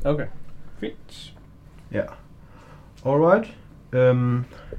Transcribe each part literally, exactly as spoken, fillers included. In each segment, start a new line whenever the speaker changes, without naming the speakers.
Okay, fint.
Ja. Alright. Um,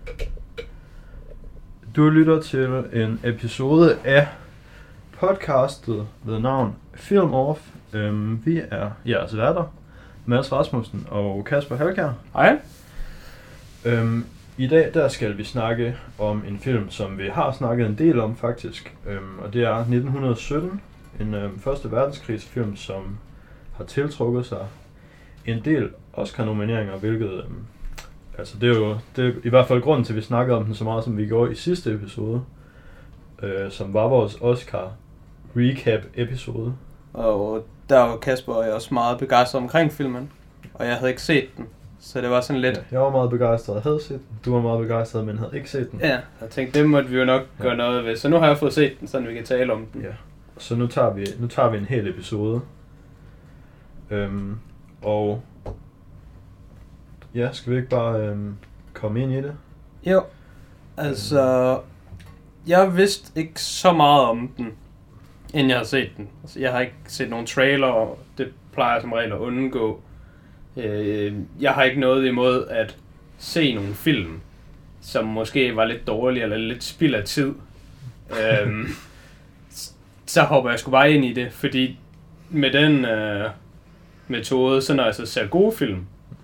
du lytter til en episode af podcastet ved navn Film Off. Um, vi er jeres værter, Mads Rasmussen og Kasper Halkær.
Hej.
Um, I dag der skal vi snakke om en film, som vi har snakket en del om faktisk. Um, og det er nitten sytten, en um, første verdenskrigsfilm, som har tiltrukket sig en del Oscar-nomineringer, hvilket um, altså det er jo det er i hvert fald grunden til, at vi snakkede om den så meget, som vi gjorde i sidste episode, øh, som var vores Oscar recap episode.
Og der var Kasper og jeg også meget begejstret omkring filmen, og jeg havde ikke set den, så det var sådan lidt...
Ja, jeg var meget begejstret og havde set den. Du var meget begejstret, men havde ikke set den.
Ja, jeg tænkte, det måtte vi jo nok ja. gøre noget ved, så nu har jeg fået set den, så vi kan tale om den.
Ja, så nu tager vi, nu tager vi en hel episode. Øhm, og... Ja, skal vi ikke bare øhm, komme ind i det?
Jo, altså... Jeg vidste ikke så meget om den, inden jeg har set den. Altså, jeg har ikke set nogen trailer, og det plejer jeg som regel at undgå. Øh, jeg har ikke noget imod at se nogle film, som måske var lidt dårlige, eller lidt spild af tid. øhm, så hopper jeg sgu bare ind i det, fordi med den øh, metode, så når jeg så ser gode film,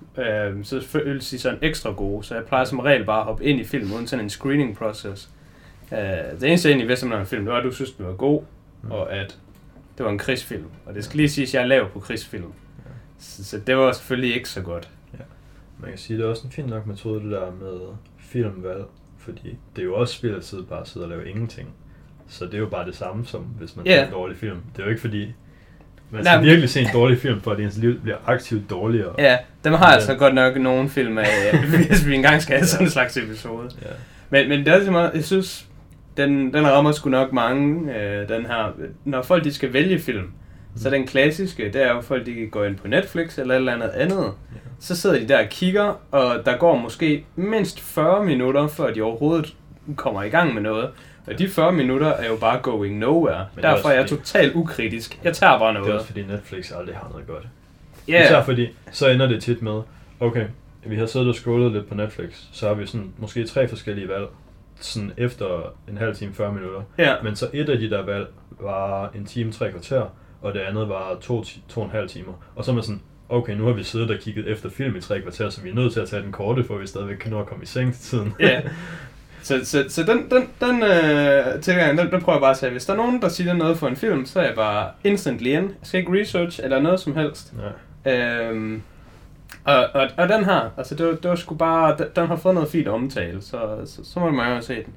øh, så føles de sådan ekstra gode. Så jeg plejer som regel bare at hoppe ind i film, uden sådan en screening process. Uh, det eneste jeg egentlig vidste om en film, det var, at du synes, den var god, mm. og at det var en krigsfilm. Og det skal lige sige, at jeg er lav på krigsfilm. Ja. Så, så det var selvfølgelig ikke så godt.
Ja. Man kan sige, at det er også en fin nok metode, det der med filmvalg. Fordi det er jo også spild af tid bare at sidde og lave ingenting. Så det er jo bare det samme som, hvis man yeah. ser en dårlig film. Det er jo ikke fordi, man skal Nej, virkelig se en dårlig film, for at ens liv bliver aktivt dårligere.
Ja, dem har altså godt nok nogle film af, hvis vi engang skal have sådan en slags episode. Ja. Men, men det er altså meget, jeg synes... Den, den rammer sgu nok mange, øh, den her. Når folk de skal vælge film, mm. så den klassiske, det er jo folk, de går ind på Netflix eller et eller andet andet. Yeah. Så sidder de der og kigger, og der går måske mindst fyrre minutter, før de overhovedet kommer i gang med noget. Og de fyrre minutter er jo bare going nowhere. Men derfor er jeg fordi... totalt ukritisk. Jeg tager bare noget.
Det er også fordi Netflix aldrig har noget godt. Yeah. Især fordi, så ender det tit med, okay, vi har siddet og scrollet lidt på Netflix, så har vi sådan måske tre forskellige valg. Sådan efter en halv time, fyrre minutter. Ja. Men så et af de der valg var en time, tre kvarter, og det andet var to, to og en halv timer. Og så er man sådan, okay, nu har vi siddet og kigget efter film i tre kvarter, så vi er nødt til at tage den korte, for vi stadigvæk kan nå at komme i seng til tiden.
Ja. Så, så, så den, den, den øh, tilgang, den, den prøver jeg bare at sige, hvis der er nogen, der siger noget for en film, så er jeg bare instantly in. Jeg skal ikke research eller noget som helst. Nej. Øhm, Og, og, og den her, altså det var, det var sgu bare, den, den har fået noget fint omtale, så, så, så må man jo se den.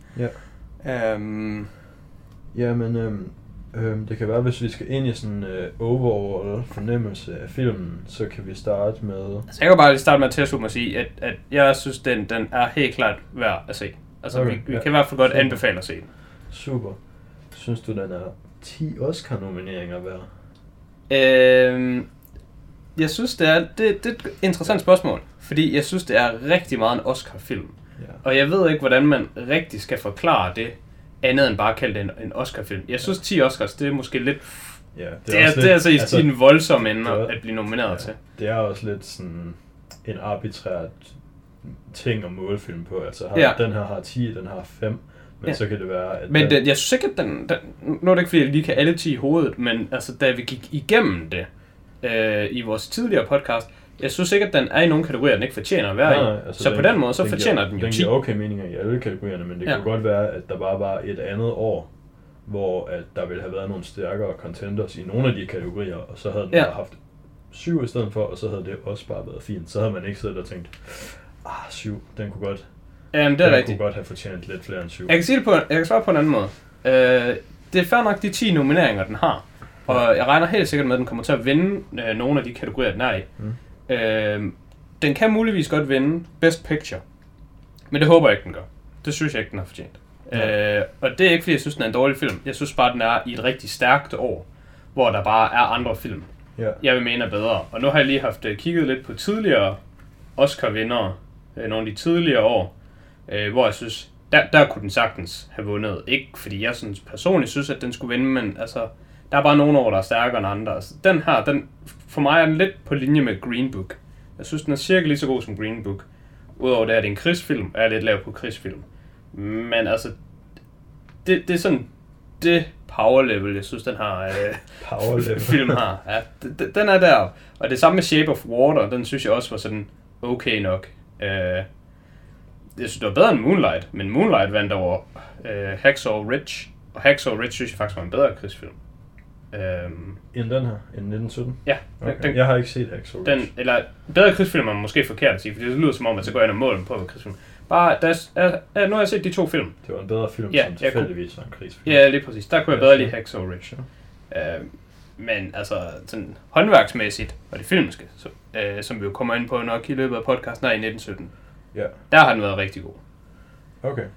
Ja. Um, ja, men øhm, øhm, det kan være, hvis vi skal ind i sådan en øh, overall fornemmelse af filmen, så kan vi starte med...
Altså jeg kan bare lige starte med at tilslutte mig at sige, at, at jeg synes, den, den er helt klart værd at se. Altså okay, vi, vi ja. kan i hvert fald godt Super. anbefale at se den.
Super. Synes du, den er ti Oscar-nomineringer værd?
Øhm... Jeg synes, det er, det, det er et interessant spørgsmål, fordi jeg synes, det er rigtig meget en Oscar-film. Ja. Og jeg ved ikke, hvordan man rigtig skal forklare det, andet end bare at kalde det en, en Oscar-film. Jeg synes, ti Oscars, det er måske lidt... Ja, det er, det er, lidt, det er altså i altså, en voldsom ende er, at blive nomineret ja, til.
Det er også lidt sådan en arbitrært ting at måle film på. Altså, har, ja. den her har ti, den har fem, men ja. så kan det være... At
men den, jeg synes ikke, at den, den... Nu er det ikke, fordi jeg lige kan alle ti i hovedet, men altså, da vi gik igennem det, i vores tidligere podcast, jeg synes ikke, at den er i nogle kategorier, den ikke fortjener at være nej, i. Altså så den, på den måde, så den fortjener giver, den jo
ti. Den giver okay meninger i alle kategorierne, men det ja. kan godt være, at der bare var et andet år, hvor at der ville have været nogle stærkere contenders i nogle af de kategorier, og så havde den ja. bare haft syv i stedet for, og så havde det også bare været fint. Så havde man ikke siddet og tænkt, ah, syv, den kunne godt,
Jamen, det er
den
rigtigt.
kunne godt have fortjent lidt flere end syv. Jeg
kan sige det på, jeg kan svare på en anden måde. Øh, det er fair nok de ti nomineringer, den har. Og jeg regner helt sikkert med, at den kommer til at vinde øh, nogle af de kategorier, den er i. Mm. Øh, den kan muligvis godt vinde Best Picture. Men det håber jeg ikke, den gør. Det synes jeg ikke, den har fortjent. Ja. Øh, og det er ikke, fordi jeg synes, den er en dårlig film. Jeg synes bare, den er i et rigtig stærkt år, hvor der bare er andre film, ja. jeg vil mene er bedre. Og nu har jeg lige haft kigget lidt på tidligere Oscar-vindere, øh, nogle af de tidligere år, øh, hvor jeg synes, der, der kunne den sagtens have vundet. Ikke fordi jeg synes, personligt synes, at den skulle vinde, men altså... Der er bare nogle år, der er stærkere end andre. Altså, den her, den, for mig er den lidt på linje med Green Book. Jeg synes, den er cirka lige så god som Green Book. Udover det, at det er en krigsfilm, er jeg lidt lav på krigsfilm. Men altså, det, det er sådan det power level, jeg synes, den her øh,
power level.
film har. Ja, d- den er der. Og det samme med Shape of Water, den synes jeg også var sådan okay nok. Øh, jeg synes, det var bedre end Moonlight, men Moonlight vandt over øh, Hacksaw Ridge. Og Hacksaw Ridge synes jeg faktisk var en bedre krigsfilm. Øhm,
End den her? End nitten sytten?
Ja.
Okay.
Den,
jeg har ikke set Hacksaw Ridge.
Den, eller bedre krigsfilm er måske forkert at sige, fordi det lyder som om, at så går jeg ind og måler på en krigsfilm. Bare, der er, er, nu har jeg set de to film.
Det var en bedre film,
ja,
som tilfældigvis var en krigsfilm.
Ja, lige præcis. Der kunne jeg bedre lide Hacksaw Ridge. Ja. Øhm, men altså, sådan håndværksmæssigt, og det filmske, så, øh, som vi jo kommer ind på nok i løbet af podcasten her i nitten sytten,
ja.
Der har den været rigtig god.
Okay.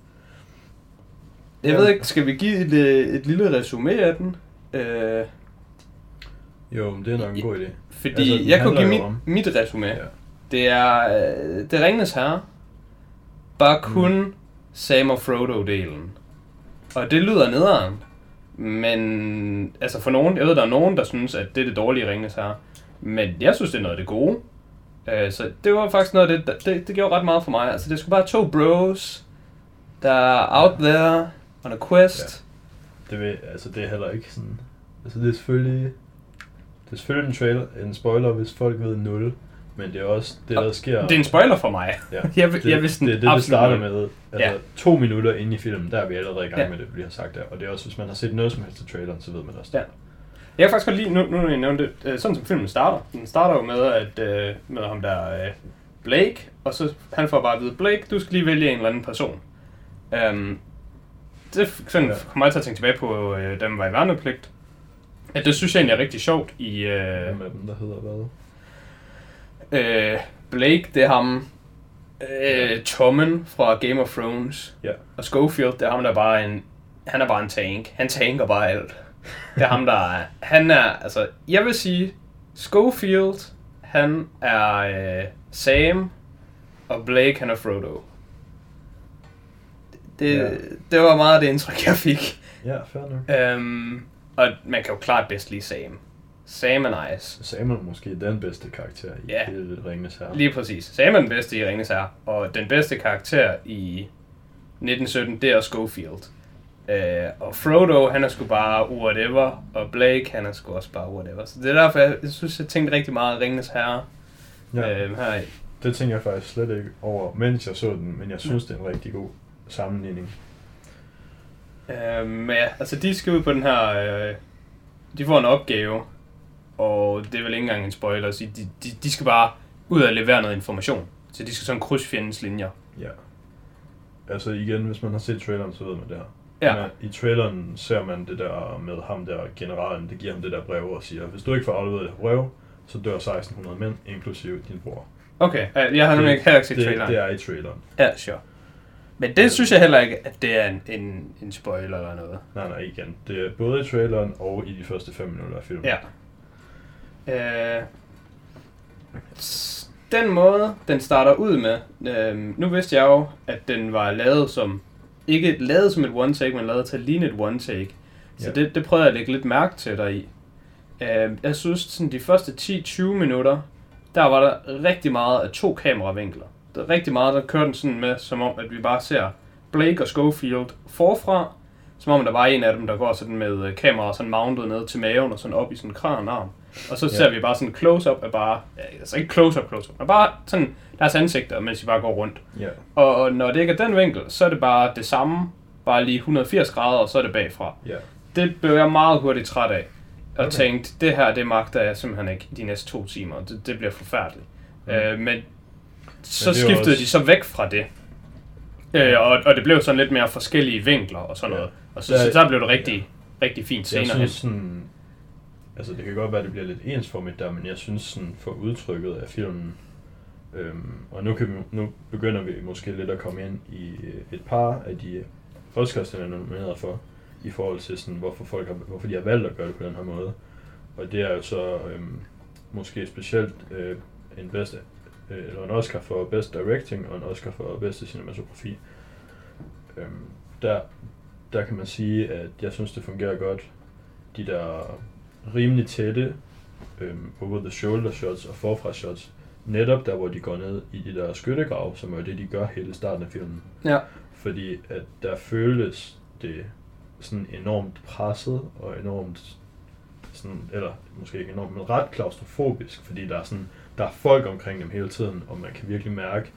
Jeg ved ikke, skal vi give et, et lille resumé af den? Øh,
jo, men det er nok en god idé.
Fordi altså, jeg kunne give mit, mit resumé. Ja. Det er øh, det Ringenes Herre, bare kun mm. Sam og Frodo-delen. Og det lyder nederen. Men altså for nogen, jeg ved, der er nogen, der synes, at det er det dårlige Ringenes Herre. Men jeg synes, det er noget af det gode. Uh, så det var faktisk noget af det, det, det gjorde ret meget for mig. Altså det skulle bare to bros, der er out there on a quest.
Ja. Det, vil, altså, det er heller ikke sådan... Altså det er selvfølgelig... Det er selvfølgelig en trailer, en spoiler, hvis folk ved nul. Men det er også det, der sker...
Det er en spoiler for mig.
Ja.
jeg,
det,
jeg vidste
det, det, det, det starter med. Altså
ja.
to minutter inde i filmen, der er vi allerede i gang
ja.
med det, vi har sagt der. Og det er også, hvis man har set noget som helst af traileren, så ved man også det.
Ja. Jeg kan faktisk godt lide, nu, nu når jeg nævnte det, sådan som filmen starter. Den starter jo med, at øh, med ham der øh, Blake, og så han får bare at vide, Blake, du skal lige vælge en eller anden person. Um, det sådan, ja. kommer jeg til at tænke tilbage på, øh, da man var i værnepligt. At det synes jeg egentlig er rigtig sjovt i... Øh,
Hvem af dem, der hedder hvad?
Øh, Blake, det er ham, øh, Tommen fra Game of Thrones.
Ja. Og
Schofield, det er ham, der bare en... Han er bare en tank. Han tanker bare alt. Det er ham, der er... Han er... Altså, jeg vil sige... Schofield, han er øh, Sam, og Blake, han er Frodo. Det, ja. det var meget det indtryk, jeg fik.
Ja, fair nok.
Øhm, og man kan jo klart bedst lide Sam. Sam er nice.
Sam er måske den bedste karakter i
ja.
hele Ringenes Herre.
Lige præcis. Sam er den bedste i Ringenes Herre. Og den bedste karakter i nitten sytten, det er Schofield. Øh, og Frodo, han er sgu bare whatever. Og Blake, han er sgu også bare whatever. Så det er derfor, jeg, jeg synes, jeg tænkte rigtig meget Ringenes Herre.
Ja.
Øh, her.
Det tænker jeg faktisk slet ikke over, mens jeg så den. Men jeg synes, det er en rigtig god sammenligning.
Øh, men ja, altså de skal ud på den her... Øh, de får en opgave. Og det er vel ikke engang en spoiler at sige, de, de, de skal bare ud og levere noget information. Så de skal sådan krydse fjendens linjer.
Ja. Altså igen, hvis man har set traileren, så ved man det her.
Ja.
Men i traileren ser man det der med ham der, generalen, det giver ham det der brev og siger, hvis du ikke får afleveret det her brev, så dør seksten hundrede mænd, inklusive din bror.
Okay, jeg har nemlig ikke heller ikke set
det,
traileren.
Det er i traileren.
Ja, sure. Men det synes jeg heller ikke, at det er en, en, en spoiler eller noget.
Nej, nej, igen. Det er både i traileren og i de første fem minutter af filmen.
Ja. Øh, den måde, den starter ud med, øh, nu vidste jeg jo, at den var lavet som, ikke lavet som et one take, men lavet til at ligne et one take. Så ja. det, det prøvede jeg at lægge lidt mærke til der i. Øh, jeg synes, sådan de første ti til tyve minutter, der var der rigtig meget af to kameravinkler. Der er rigtig meget, der kørte den sådan med, som om, at vi bare ser Blake og Schofield forfra, som om der var en af dem, der går sådan med kameraet sådan mountet ned til maven og sådan op i sådan en kranarm. Og så ja. ser vi bare sådan close-up af bare, altså ikke close-up, close-up, men bare sådan deres ansigter, mens de bare går rundt.
Ja.
Og, og når det ikke er den vinkel, så er det bare det samme, bare lige et hundrede og firs grader, og så er det bagfra.
Ja.
Det blev jeg meget hurtigt træt af, og
okay.
tænkte, det her, det magter jeg simpelthen ikke de næste to timer, det, det bliver forfærdeligt. Mm. Øh, men så men skiftede også... de så væk fra det. Øh, og, og det blev sådan lidt mere forskellige vinkler og sådan ja. noget. Og så, så der blev det rigtig, ja. rigtig fint senere.
Jeg synes sådan, altså det kan godt være, at det bliver lidt ensformigt der, men jeg synes sådan for udtrykket af filmen, øhm, og nu, kan vi, nu begynder vi måske lidt at komme ind i et par af de Oscars, der er nomineret for, i forhold til sådan, hvorfor folk har, hvorfor de har valgt at gøre det på den her måde. Og det er jo så øhm, måske specielt øh, en bedste eller en Oscar for Best Directing og en Oscar for bedste cinematografi. Øhm, der, der kan man sige, at jeg synes, det fungerer godt. de der rimelig tætte øhm, over the shoulder shots og forfra shots, netop der, hvor de går ned i de der skyttegrave, som er det, de gør hele starten af filmen.
Ja.
Fordi at der føles det sådan enormt presset og enormt sådan, eller måske ikke enormt, men ret klaustrofobisk, fordi der er sådan, der er folk omkring dem hele tiden, og man kan virkelig mærke,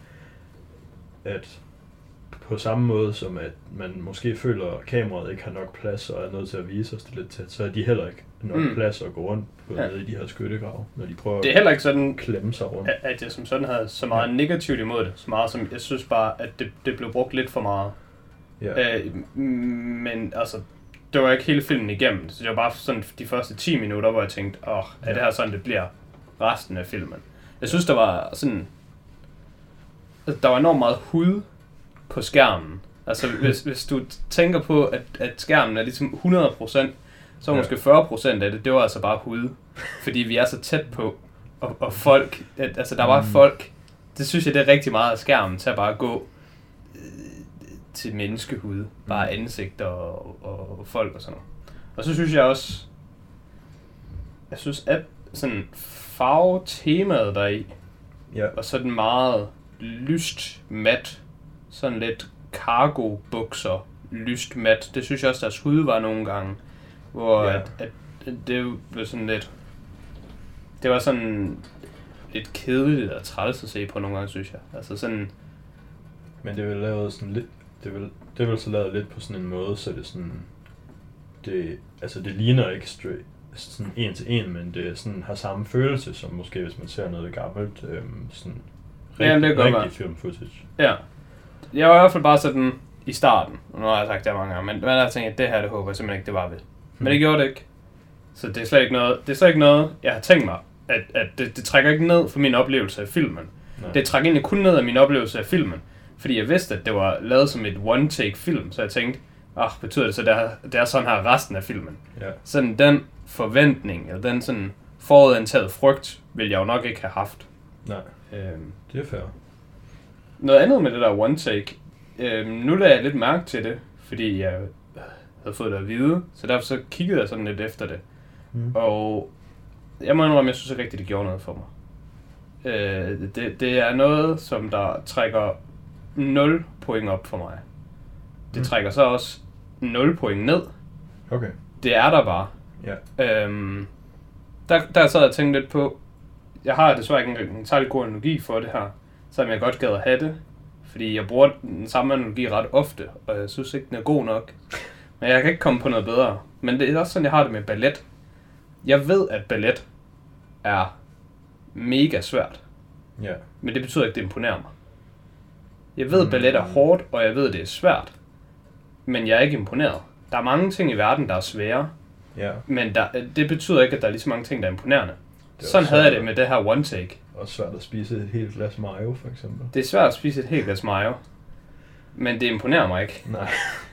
at på samme måde som at man måske føler, at kameraet ikke har nok plads og er nødt til at vise os det lidt tæt, så er de heller ikke nok mm. plads at gå rundt på ja. nede i de her skyttegrave, når de prøver
det er heller ikke sådan,
at klemme sig rundt.
At jeg som sådan havde så meget ja. negativt imod det, så meget som jeg synes bare, at det, det blev brugt lidt for meget. Ja. Øh, men altså, det var ikke hele filmen igennem, så det var bare sådan de første ti minutter, hvor jeg tænkte, åh, oh, er ja. det her sådan, det bliver resten af filmen? Jeg synes, der var sådan, der var enormt meget hud på skærmen. Altså, hvis, hvis du tænker på, at, at skærmen er ligesom hundrede procent, så er ja. måske fyrre procent af det, det var altså bare hud. Fordi vi er så tæt på, og, og folk, at, altså der var mm. folk, det synes jeg, det er rigtig meget af skærmen, til at bare gå øh, til menneskehud, bare ansigter og, og, og folk og sådan noget. Og så synes jeg også, jeg synes, at sådan farvetemaet deri, ja. og sådan meget lyst mat, sådan lidt cargo bukser, lyst mat. Det synes jeg også, deres hud var nogle gange, hvor ja. at, at det var sådan lidt, det var sådan lidt kedeligt og træls at se på nogle gange, synes jeg. Altså sådan.
Men det er vel lavet sådan lidt, det er vel, det er vel så lavet lidt på sådan en måde, så det sådan, det, altså det ligner ikke straight, sådan en til en, men det sådan har samme følelse som måske hvis man ser noget gammelt, øhm, sådan
rigtig,
ja, rigtig film footage.
Ja. Jeg var i hvert fald bare sådan i starten, og nu har jeg sagt det mange gange, men jeg tænkte, at det her, det håber jeg simpelthen ikke, det var ved. Hmm. Men det gjorde det ikke. Så det er slet ikke noget, det er slet ikke noget, jeg har tænkt mig, at, at det, det trækker ikke ned for min oplevelse af filmen. Nej. Det trækker egentlig kun ned af min oplevelse af filmen, fordi jeg vidste, at det var lavet som et one-take film, så jeg tænkte, ah, betyder det så, det er, det er sådan her resten af filmen. Ja. Sådan den forventning, eller den sådan forudantaget frygt, ville jeg jo nok ikke have haft.
Nej, øhm, det er fair.
Noget andet med det der one-take, øhm, nu lagde jeg lidt mærke til det, fordi jeg havde fået det at vide, så derfor så kiggede jeg sådan lidt efter det. Mm. Og jeg må indrømme, jeg synes ikke rigtigt, det gjorde noget for mig. Øh, det, det er noget, som der trækker nul point op for mig. Det mm. trækker så også nul point ned.
Okay.
Det er der bare.
Yeah.
Øhm, der, der sad jeg og tænkte lidt på, jeg har desværre ikke en, en særlig god analogi for det her, selvom jeg godt gad at have det, fordi jeg bruger den samme analogi ret ofte, og jeg synes ikke, den er god nok. Men jeg kan ikke komme på noget bedre. Men det er også sådan, jeg har det med ballet. Jeg ved, at ballet er mega svært.
Ja.
Men det betyder ikke, at det imponerer mig. Jeg ved, at ballet er hårdt, og jeg ved, at det er svært. Men jeg er ikke imponeret. Der er mange ting i verden, der er svære.
Ja.
Men der, det betyder ikke, at der er lige så mange ting, der er imponerende. Sådan havde jeg det med det her one take.
Og svært at spise et helt glas mayo, for eksempel.
Det er svært at spise et helt glas mayo. Men det imponerer mig ikke.
Nej.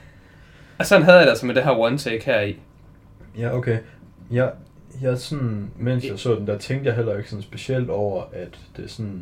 Og sådan havde jeg det altså med det her one take her i.
Ja, okay. Jeg, jeg sådan, mens jeg så den, der tænkte jeg heller ikke sådan specielt over, at det sådan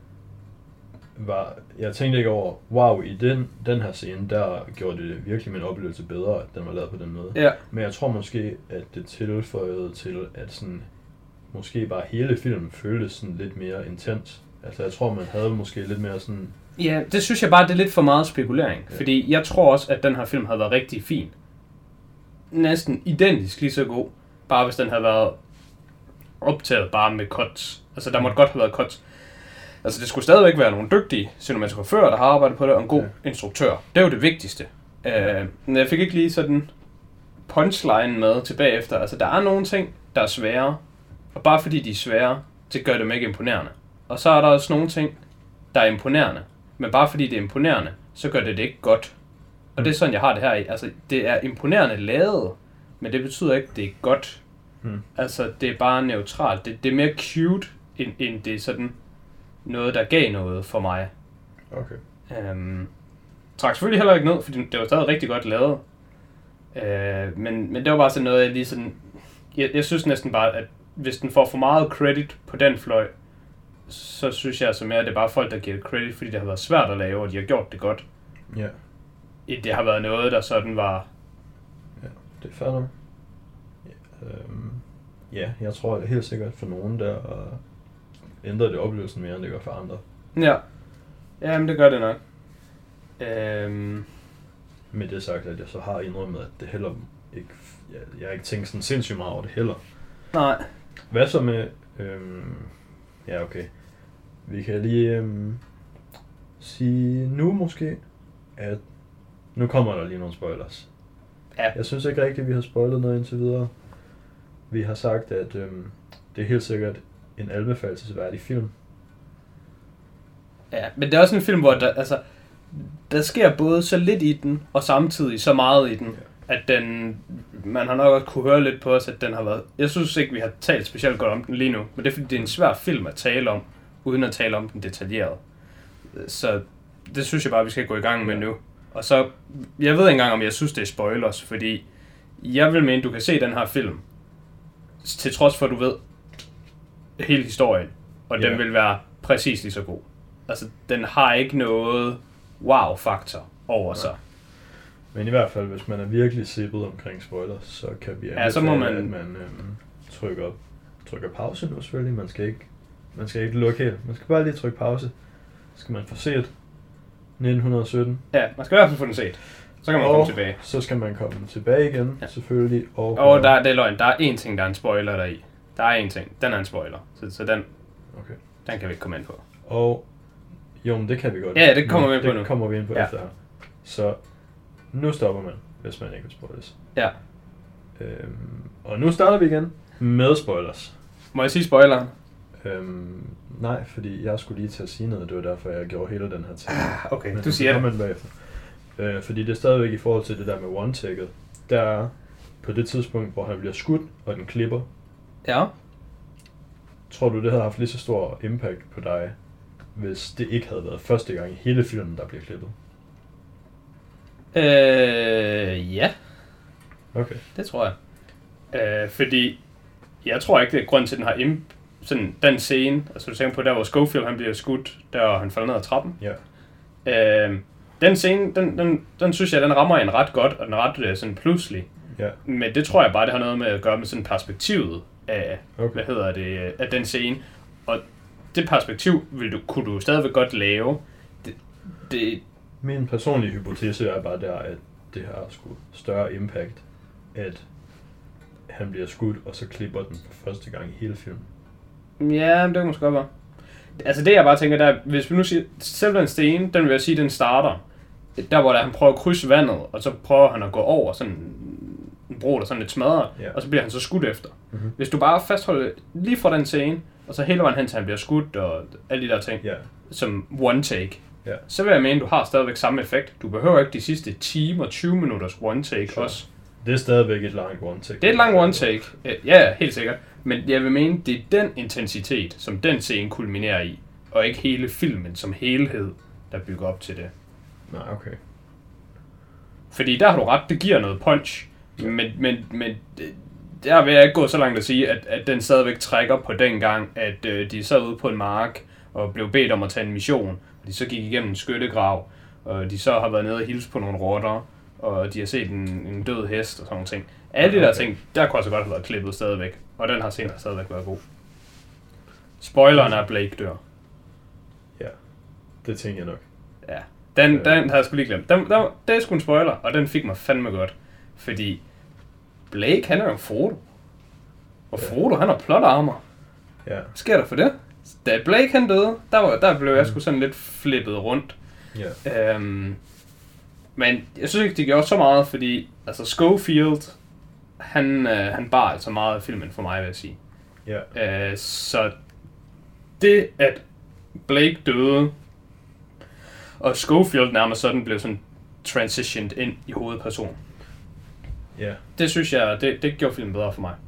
var, jeg tænkte ikke over, wow, i den, den her scene, der gjorde det virkelig min oplevelse bedre, at den var lavet på den måde.
Ja.
Men jeg tror måske, at det tilføjede til, at sådan, måske bare hele filmen føltes sådan lidt mere intens. Altså jeg tror, man havde måske lidt mere sådan.
Ja, det synes jeg bare, det er lidt for meget spekulering. Ja. Fordi jeg tror også, at den her film havde været rigtig fin. Næsten identisk lige så god. Bare hvis den havde været optaget bare med cuts. Altså der måtte godt have været cuts. Altså det skulle stadigvæk være nogle dygtige cinematografører, der har arbejdet på det, og en god ja. instruktør. Det er jo det vigtigste. Ja. Uh, men jeg fik ikke lige sådan punchline med tilbage efter. Altså der er nogle ting, der er svære. Og bare fordi de er svære, det gør dem ikke imponerende. Og så er der også nogle ting, der er imponerende. Men bare fordi det er imponerende, så gør det det ikke godt. Og det er sådan, jeg har det her i. Altså, det er imponerende lavet, men det betyder ikke, det er godt. Hmm. Altså, det er bare neutralt. Det, det er mere cute, end, end det er sådan noget, der gav noget for mig.
Okay.
Øhm, trak selvfølgelig heller ikke ned, fordi det var stadig rigtig godt lavet. Øh, men, men det var bare sådan noget, jeg lige sådan. Jeg, jeg synes næsten bare, at hvis den får for meget credit på den fløj, så synes jeg så mere, at det er bare folk, der giver credit, fordi det har været svært at lave, og de har gjort det godt.
Ja.
Det har været noget, der sådan var.
Ja, det er fair nok. Øhm, ja, jeg tror helt sikkert for nogen der ændrer det oplevelsen mere, end det gør for andre.
Ja. Jamen, det gør det nok. Øhm...
Med det sagt, at jeg så har indrømmet, at det heller ikke... Jeg, jeg har ikke tænkt sådan sindssygt meget over det heller.
Nej.
Hvad så med... Øhm, ja, okay. Vi kan lige øhm, sige nu måske, at nu kommer der lige nogle spoilers.
Ja.
Jeg synes ikke rigtigt, at vi har spoilet noget indtil videre. Vi har sagt, at øhm, det er helt sikkert en anbefalelsesværdig film.
Ja, men det er også en film, hvor der, altså, der sker både så lidt i den, og samtidig så meget i den, ja. At den, man har nok også kunne høre lidt på os, at den har været... Jeg synes ikke, vi har talt specielt godt om den lige nu, men det er fordi, det er en svær film at tale om, uden at tale om den detaljeret. Så det synes jeg bare, vi skal gå i gang med nu. Og så, jeg ved ikke engang, om jeg synes, det er spoilers, fordi jeg vil mene, du kan se den her film, til trods for, at du ved hele historien, og yeah. den vil være præcis lige så god. Altså, den har ikke noget wow-faktor over sig.
Men i hvert fald, hvis man er virkelig sippet omkring spoilers, så kan vi
ja, så må man,
at man øhm, trykker, trykker pause nu selvfølgelig. Man skal ikke, man skal ikke lukke helt. Man skal bare lige trykke pause. Så skal man få set nitten sytten.
Ja, man skal i hvert fald få den set. Så kan man
og
komme tilbage.
Så skal man komme tilbage igen, ja. Selvfølgelig. Og,
og der, det er løgn. Der er én ting, der er en spoiler deri. Der er én ting. Den er en spoiler. Så, så den,
okay.
den kan vi ikke komme ind på.
Og jo, men det kan vi godt.
Ja, det kommer vi ind på
det
nu.
Det kommer vi ind på
ja.
efter her. Så nu stopper man, hvis man ikke vil spoilers.
Ja.
Øhm, og nu starter vi igen med spoilers.
Må jeg sige spoileren?
Øhm, nej, fordi jeg skulle lige til at sige noget, det var derfor, jeg gjorde hele den her ting.
Okay,
men
du siger det.
Men bagefter. Øh, fordi det er stadigvæk i forhold til det der med one-taket. Der er på det tidspunkt, hvor han bliver skudt, og den klipper.
Ja.
Tror du, det havde haft lige så stor impact på dig, hvis det ikke havde været første gang i hele filmen, der bliver klippet?
Øh, ja.
Okay.
Det tror jeg. Øh, fordi jeg tror ikke, det er grund til, den har imp- sådan den scene, altså du tænker på der, hvor Schofield han bliver skudt, der han falder ned ad trappen.
Ja.
Øh, den scene, den, den, den synes jeg, den rammer en ret godt, og den er ret sådan pludselig.
Ja.
Men det tror jeg bare, det har noget med at gøre med sådan perspektivet af,
okay.
hvad hedder det, af den scene. Og det perspektiv vil du, kunne du stadigvæk godt lave. Det, det
Min personlige hypotese er bare der, at det har sgu større impact, at han bliver skudt, og så klipper den for første gang i hele filmen.
Ja, det kan måske godt være. Altså det jeg bare tænker, der, hvis vi nu siger, selv den sten, den vil jeg sige, den starter, der hvor der, han prøver at krydse vandet, og så prøver han at gå over sådan en bro, der sådan lidt smadret,
ja.
Og så bliver han så skudt efter.
Mm-hmm.
Hvis du bare fastholder lige fra den scene, og så hele vejen hen til han bliver skudt, og alle de der ting,
ja.
Som one take,
ja.
Så vil jeg mene, du har stadigvæk samme effekt. Du behøver ikke de sidste time og tyve minutters one take sure. Også.
Det er stadigvæk et langt one take.
Det er et langt one take, ja, helt sikkert. Men jeg vil mene, det er den intensitet, som den scene kulminerer i, og ikke hele filmen som helhed, der bygger op til det.
Nej, okay.
Fordi der har du ret, det giver noget punch, ja. men, men, men der vil jeg ikke gå så langt at sige, at, at den stadigvæk trækker på den gang, at øh, de sad ude på en mark og blev bedt om at tage en mission, og de så gik igennem en skyttegrav, og de så har været nede og hilse på nogle rotter, og de har set en, en død hest og sådan nogle ting. Alle de der okay. ting, der kunne altså godt have været klippet stadigvæk, og den har scene stadigvæk været god. Spoileren er, Blake dør.
Ja, det tænker jeg nok.
Ja, den, øh. den har jeg sgu lige glemt. Den, den, det er sgu en spoiler, og den fik mig fandme godt, fordi Blake, han er jo Frodo. Og Frodo, han har plot armor.
Ja.
Hvad sker der for det? Da Blake han døde, der, var, der blev jeg sgu sådan lidt flippet rundt.
Ja.
Øhm, men jeg synes ikke, det gjorde så meget, fordi altså Schofield, han, øh, han bar altså meget af filmen for mig, vil jeg sige.
Ja.
Øh, så det, at Blake døde, og Schofield nærmest sådan blev sådan transitioned ind i hovedpersonen.
Ja.
Det synes jeg, det, det gjorde filmen bedre for mig.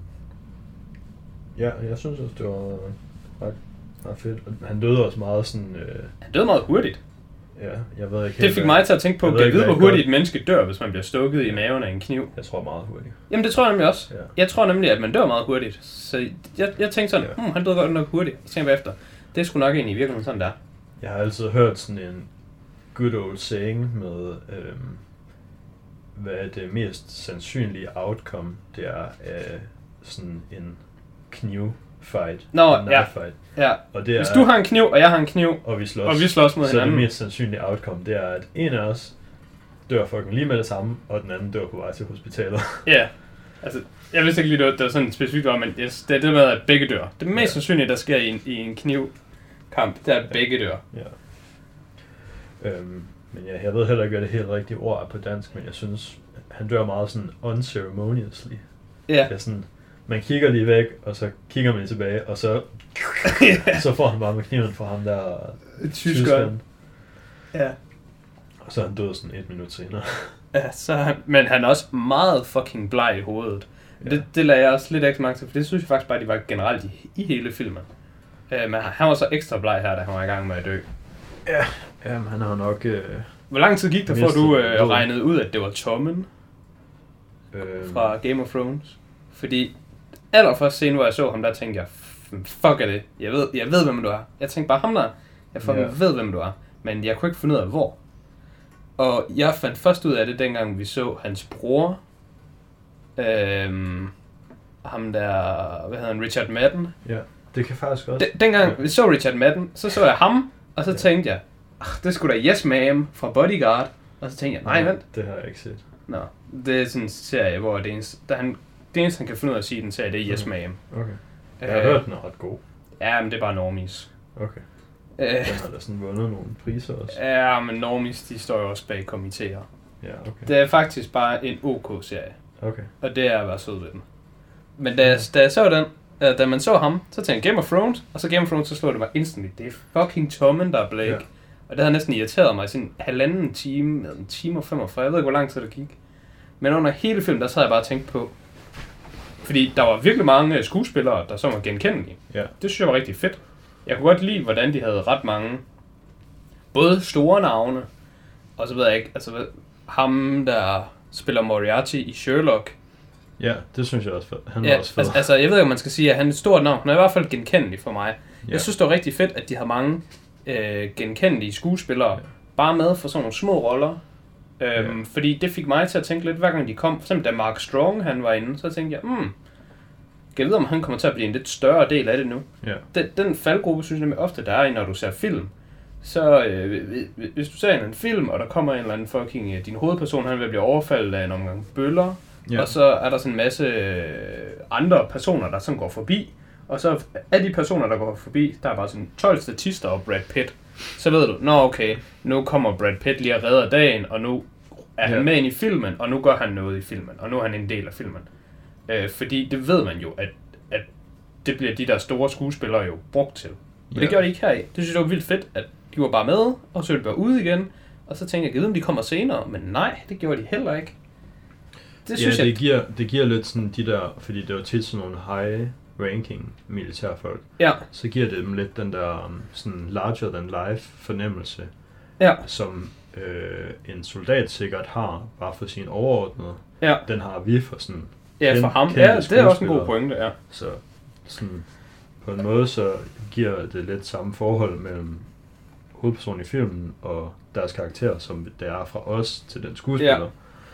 Ja, jeg synes også, det var ret, ret fedt. Han døde også meget sådan... Øh...
Han døde meget hurtigt.
Ja, jeg ved ikke...
Det fik mig til at tænke på, at jeg ved, hvor hurtigt et menneske dør, hvis man bliver stukket i maven af en kniv.
Jeg tror meget hurtigt.
Jamen det tror jeg nemlig også.
Ja.
Jeg tror nemlig, at man dør meget hurtigt. Så jeg, jeg tænkte sådan, ja. hmm, han døde godt nok hurtigt. Så tænkte jeg efter, det er sgu nok egentlig i virkeligheden sådan der.
Jeg har altid hørt sådan en good old saying med, øhm, hvad er det mest sandsynlige outcome, det er af sådan en knivfight.
Nå,
en
ja.
fight.
Ja.
Og det er,
Hvis du har en kniv, og jeg har en kniv,
og vi slås,
og vi slås mod
så
hinanden,
er det mest sandsynlige outcome, det er, at en af os dør fucking lige med det samme, og den anden dør på vej til hospitalet.
Ja, altså, jeg vidste ikke lige, det var sådan specifikt var, men yes, det er det med, at begge dør. Det mest ja. sandsynlige, der sker i en, i en knivkamp, det er, at begge dør.
Ja. Øhm, men ja, jeg ved heller ikke, hvad det helt rigtige ord er på dansk, men jeg synes, han dør meget sådan unceremoniously.
Ja.
Det er sådan, man kigger lige væk, og så kigger man lige tilbage, og så,
ja.
så får han bare med kniven fra ham der
tyskeren. Ja.
Og så er han død sådan et minut senere.
Ja, så han, men han er også meget fucking bleg i hovedet.
Ja.
Det, det lader jeg også lidt ekstra mærke til, for det synes jeg faktisk bare, de var generelt i, i hele filmen. Uh, men han var så ekstra bleg her, da han var i gang med at dø.
Ja, jamen, han har jo nok... Øh,
Hvor lang tid gik der, før du øh, regnede ud, at det var Tommen
øh,
fra Game of Thrones? Fordi allerførst scene, hvor jeg så ham, der tænkte jeg, fuck er det, jeg ved, jeg ved hvem du er. Jeg tænkte bare, ham der, jeg fucking yeah. ved, hvem du er. Men jeg kunne ikke finde ud af, hvor. Og jeg fandt først ud af det, dengang vi så hans bror, øhm, ham der, hvad hedder han, Richard Madden.
Ja, det kan faktisk også.
Den, dengang vi så Richard Madden, så så jeg ham, og så ja. tænkte jeg, det skulle da Yes Ma'am fra Bodyguard. Og så tænkte jeg, nej, vent.
Det har jeg ikke set.
Nå, det er sådan en serie, hvor det eneste, der han, det eneste, han kan finde ud af at sige i den serie, det er Yes Ma'am.
Okay. Jeg har øh, hørt, den er ret god.
Ja, men det er bare normies.
Okay.
Øh,
den har da sådan vundet nogle priser også.
Ja, men normies, de står jo også bag komiteer.
Ja, okay.
Det er faktisk bare en OK-serie.
Okay.
Og det er at være sød ved den. Men da, da jeg så den, da man så ham, så tænkte jeg Game of Thrones, og så Game of Thrones, så slog det mig instantly. Det er fucking Tommen, der er Blake. Ja. Og det havde næsten irriteret mig i sådan en halvanden time, en time og femogfyrre, jeg ved ikke, hvor lang tid det gik. Men under hele filmen, der sad jeg bare og tænkte på, fordi der var virkelig mange skuespillere, der så var genkendelige.
Ja.
Det synes jeg var rigtig fedt. Jeg kunne godt lide, hvordan de havde ret mange, både store navne, og så ved jeg ikke, altså ham, der spiller Moriarty i Sherlock.
Ja, det synes jeg også fedt. Han var
ja,
også fed.
Altså, altså, jeg ved ikke, om man skal sige, at han er et stort navn. Han er i hvert fald genkendelig for mig. Ja. Jeg synes, det var rigtig fedt, at de har mange øh, genkendelige skuespillere, ja. bare med for sådan nogle små roller. Øhm, ja. Fordi det fik mig til at tænke lidt, hver gang de kom. For eksempel da Mark Strong han var inde, så tænkte jeg, hmm, jeg ved, om han kommer til at blive en lidt større del af det nu.
Ja.
Den, den faldgruppe, synes jeg nemlig ofte, der er i, når du ser film. Så øh, hvis du ser en film, og der kommer en eller anden fucking, din hovedperson, han vil blive overfaldet af en omgang bøller, ja. og så er der sådan en masse øh, andre personer, der sådan går forbi, og så af de personer, der går forbi, der er bare sådan tolv statister og Brad Pitt. Så ved du, nå okay, nu kommer Brad Pitt lige og redder dagen, og nu er han ja. med ind i filmen, og nu gør han noget i filmen, og nu er han en del af filmen. Øh, fordi det ved man jo, at, at det bliver de der store skuespillere jo brugt til. Og ja. det gjorde de ikke her i. Det synes jeg var vildt fedt, at de var bare med, og så ville de bare ud igen, og så tænkte jeg, jeg ved, om de kommer senere, men nej, det gjorde de heller ikke.
Det synes ja, det, jeg, giver, det giver lidt sådan de der, fordi det var tit sådan nogle high ranking militærfolk,
ja.
så giver det dem lidt den der sådan larger than life fornemmelse,
ja.
som øh, en soldat sikkert har, bare for sin overordnede.
Ja.
Den har vi for sådan
ja, for ham. Ja, det er også en god pointe, ja.
Så sådan, på en måde så giver det lidt samme forhold mellem hovedpersonen i filmen og deres karakter, som det er fra os til den skuespiller.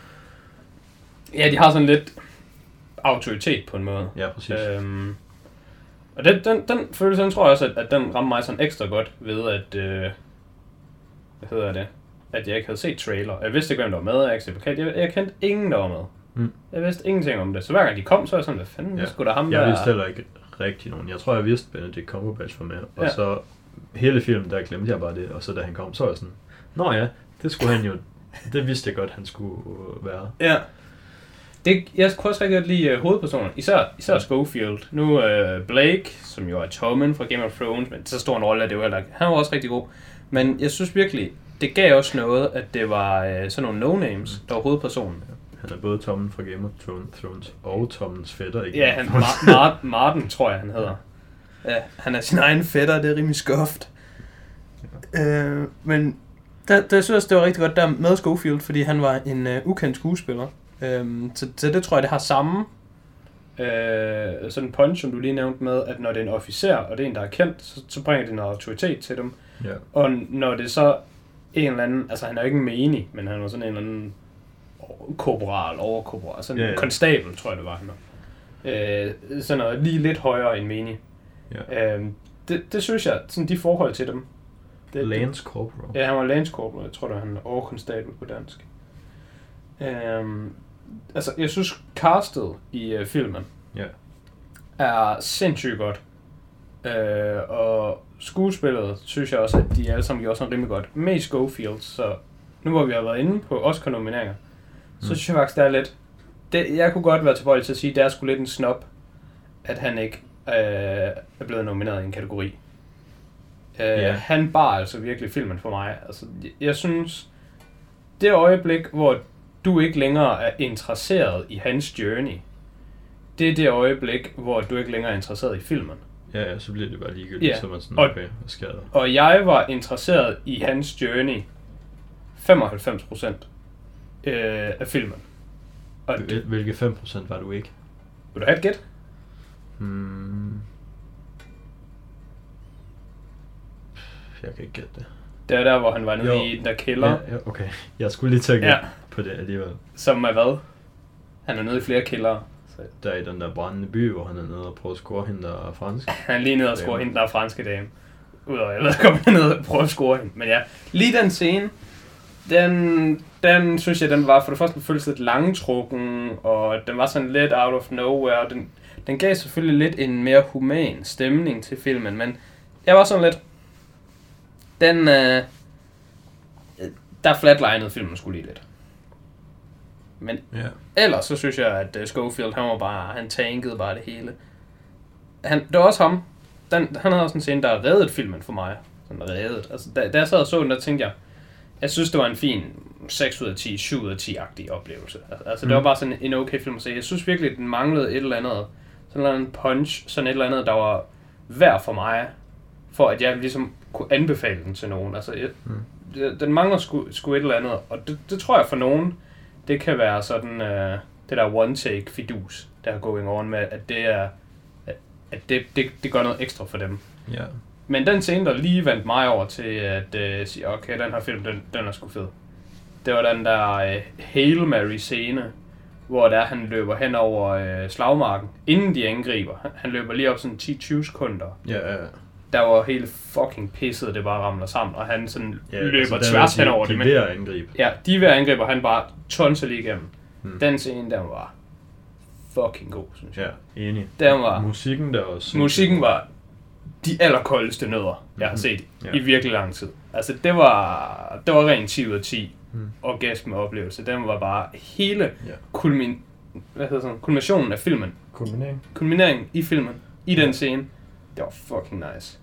Ja, ja de har sådan lidt autoritet på en måde.
Ja, præcis. Øhm,
og den, den, den følelse, den tror jeg også, at, at den rammer mig sådan ekstra godt ved, at, øh, hvad hedder det, at jeg ikke havde set trailer. Jeg vidste ikke, hvem der var med, jeg ikke set bekendt. Jeg, jeg kendte ingen, der var med. Mm. Jeg vidste ingenting om det. Så hver gang de kom, så var jeg sådan, hvad fanden, ja. skulle der ham
jeg
der...
Jeg vidste heller ikke rigtig nogen. Jeg tror, jeg vidste, Benedict Cumberbatch var med. Og ja. så hele filmen, der glemte jeg bare det. Og så da han kom, så var jeg sådan, nå ja, det skulle han jo... Det vidste jeg godt, han skulle være.
Ja. Det, jeg kunne også rigtig godt lide uh, hovedpersonen, især, især ja. Schofield. Nu uh, Blake, som jo er Tommen fra Game of Thrones, men så stor en rolle er det jo heller ikke. Han var også rigtig god. Men jeg synes virkelig, det gav også noget, at det var uh, sådan nogle no-names, der var hovedpersonen.
Ja. Han er både Tommen fra Game of Thrones og Tommens fætter. Ikke?
Ja, han, Mar- Mar- Martin tror jeg, han hedder. Ja, han er sin egen fætter, det er rimelig skøft. Ja. Uh, men der, der synes jeg, det var rigtig godt der med Schofield, fordi han var en uh, ukendt skuespiller. Øhm, så, så det tror jeg, det har samme øh, sådan en punch, som du lige nævnte med, at når det er en officer, og det er en, der er kendt, så, så bringer det noget autoritet til dem.
Yeah.
Og når det så en eller anden, altså han er jo ikke en menig, men han var sådan en eller anden korporal, overkorporal, sådan en yeah, yeah. konstabel, tror jeg det var han. Øh, sådan noget lige lidt højere end Mini.
Ja.
Øh, det, det synes jeg, sådan de forhold til dem. Det,
Lance Corporal.
Ja, han var Lance Corporal. Jeg tror, det var han overkonstabel på dansk. Øhm, altså, jeg synes, castet i øh, filmen
ja.
er sindssygt godt. Øh, og skuespillet, synes jeg også, at de alle sammen gjorde sådan rimelig godt. Med Schofield, så nu hvor vi har været inde på Oscar-nomineringer, mm. så synes jeg faktisk, det er lidt... Det, jeg kunne godt være tilbøjelig til at sige, at det er sgu lidt en snop, at han ikke øh, er blevet nomineret i en kategori. Øh, yeah. Han bar altså virkelig filmen for mig. Altså, jeg synes, det øjeblik, hvor du ikke længere er interesseret i hans journey, det er det øjeblik, hvor du ikke længere er interesseret i filmen.
Ja, ja, så bliver det bare ligegyldigt,
ja.
så man sådan,
og,
okay, hvad sker der?
Og jeg var interesseret i hans journey femoghalvfems procent øh, af filmen. Og
Hvil, hvilke fem procent var du ikke?
Vil du have et gæt?
Hmm. Jeg kan ikke gætte det.
Det er der, hvor han var nede jo. i den der kælder.
Ja, ja, okay. Jeg skulle lige tage ja. på det alligevel.
Som er hvad? Han er nede i flere kældere.
Så. Der er i den der brændende by, hvor han er nede og prøver at score hende, der er fransk.
Han er lige nede og score hende, der er franske dame. Udover, jeg ved ikke, om han er nede og prøver at score hende. Men ja, lige den scene, den, den synes jeg, den var for det første føltes lidt langtrukken, og den var sådan lidt out of nowhere. Den, den gav selvfølgelig lidt en mere human stemning til filmen, men jeg var sådan lidt... Den, øh, der flatlinede filmen skulle lige lidt. Men
yeah.
ellers så synes jeg, at uh, Schofield, han var bare, han tankede bare det hele. Han, det var også ham. Den, han havde også en scene, der reddede filmen for mig. Sådan reddet. Altså, da, da jeg sad og så den, der tænkte jeg, jeg synes, det var en fin seks ud af ti, syv ud af ti-agtig oplevelse. Altså, mm. det var bare sådan en okay film at se. Jeg synes virkelig, at den manglede et eller andet, sådan en eller anden punch, sådan et eller andet, der var værd for mig, for at jeg ligesom kunne anbefale den til nogen. Altså, jeg, mm. den mangler sgu, sgu et eller andet, og det, det tror jeg for nogen, det kan være sådan, uh, det der one-take-fidus, der er going on med, at det er, at det, det, det gør noget ekstra for dem.
Ja.
Men den scene, der lige vandt mig over til at uh, sige, okay, den her film, den, den er sgu fed. Det var den der uh, Hail Mary-scene, hvor der han løber hen over uh, slagmarken, inden de angriber. Han, han løber lige op sådan ti til tyve sekunder.
Ja, ja.
Der var helt fucking pisset, det bare ramler sammen, og han sådan
ja,
løber
altså,
tværs
de,
hen over
de
det.
De er ved at angribe.
Ja, de er ved at angribe, og han bare tonser lige igennem.
Hmm.
Den scene, den var fucking god, synes jeg.
Ja, enig.
Den var,
musikken der også.
Musikken var de allerkoldeste nødder, jeg har set
ja.
i virkelig lang tid. Altså, det var, det var rent ti ud af ti
hmm.
orgasme-oplevelse. Den var bare hele
ja.
kulmin, hvad hedder sådan, kulminationen af filmen.
Kulminering.
Kulmineringen i filmen, i den scene. Det var fucking nice.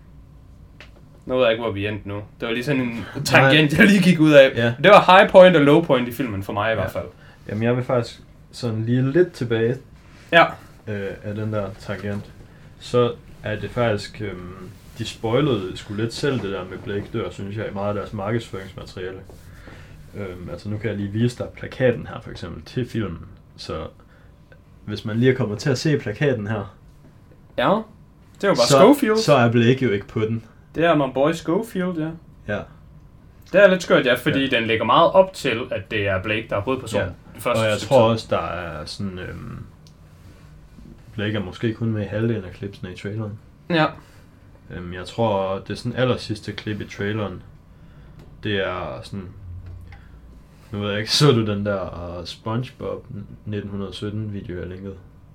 Nu ved jeg ikke, hvor vi endte nu. Det var lige sådan en tangent, jeg lige gik ud af.
Ja.
Det var high point og low point i filmen, for mig i ja. hvert fald.
Jamen, jeg vil faktisk sådan lige lidt tilbage
ja.
øh, af den der tangent. Så er det faktisk, øh, de spoilede sgu lidt selv det der med Blake dør, synes jeg, i meget af deres markedsføringsmateriale. Øh, altså, nu kan jeg lige vise dig plakaten her, for eksempel, til filmen. Så hvis man lige er kommet til at se plakaten her,
ja, det var bare
så,
Schofield.
Så er Blake jo ikke på den.
Det er my boy Schofield, ja.
Ja.
Det er lidt skørt, ja, fordi ja. den lægger meget op til, at det er Blake, der er hovedpersonen.
Ja.
Det første
og jeg
sektion.
tror også, der er sådan... Øhm, Blake er måske kun med i halvdelen af klipsene i traileren.
Ja.
Øhm, jeg tror, det er sådan aller sidste klip i traileren. Det er sådan... Nu ved jeg ikke, så du den der uh, SpongeBob nitten sytten video, jeg linkede?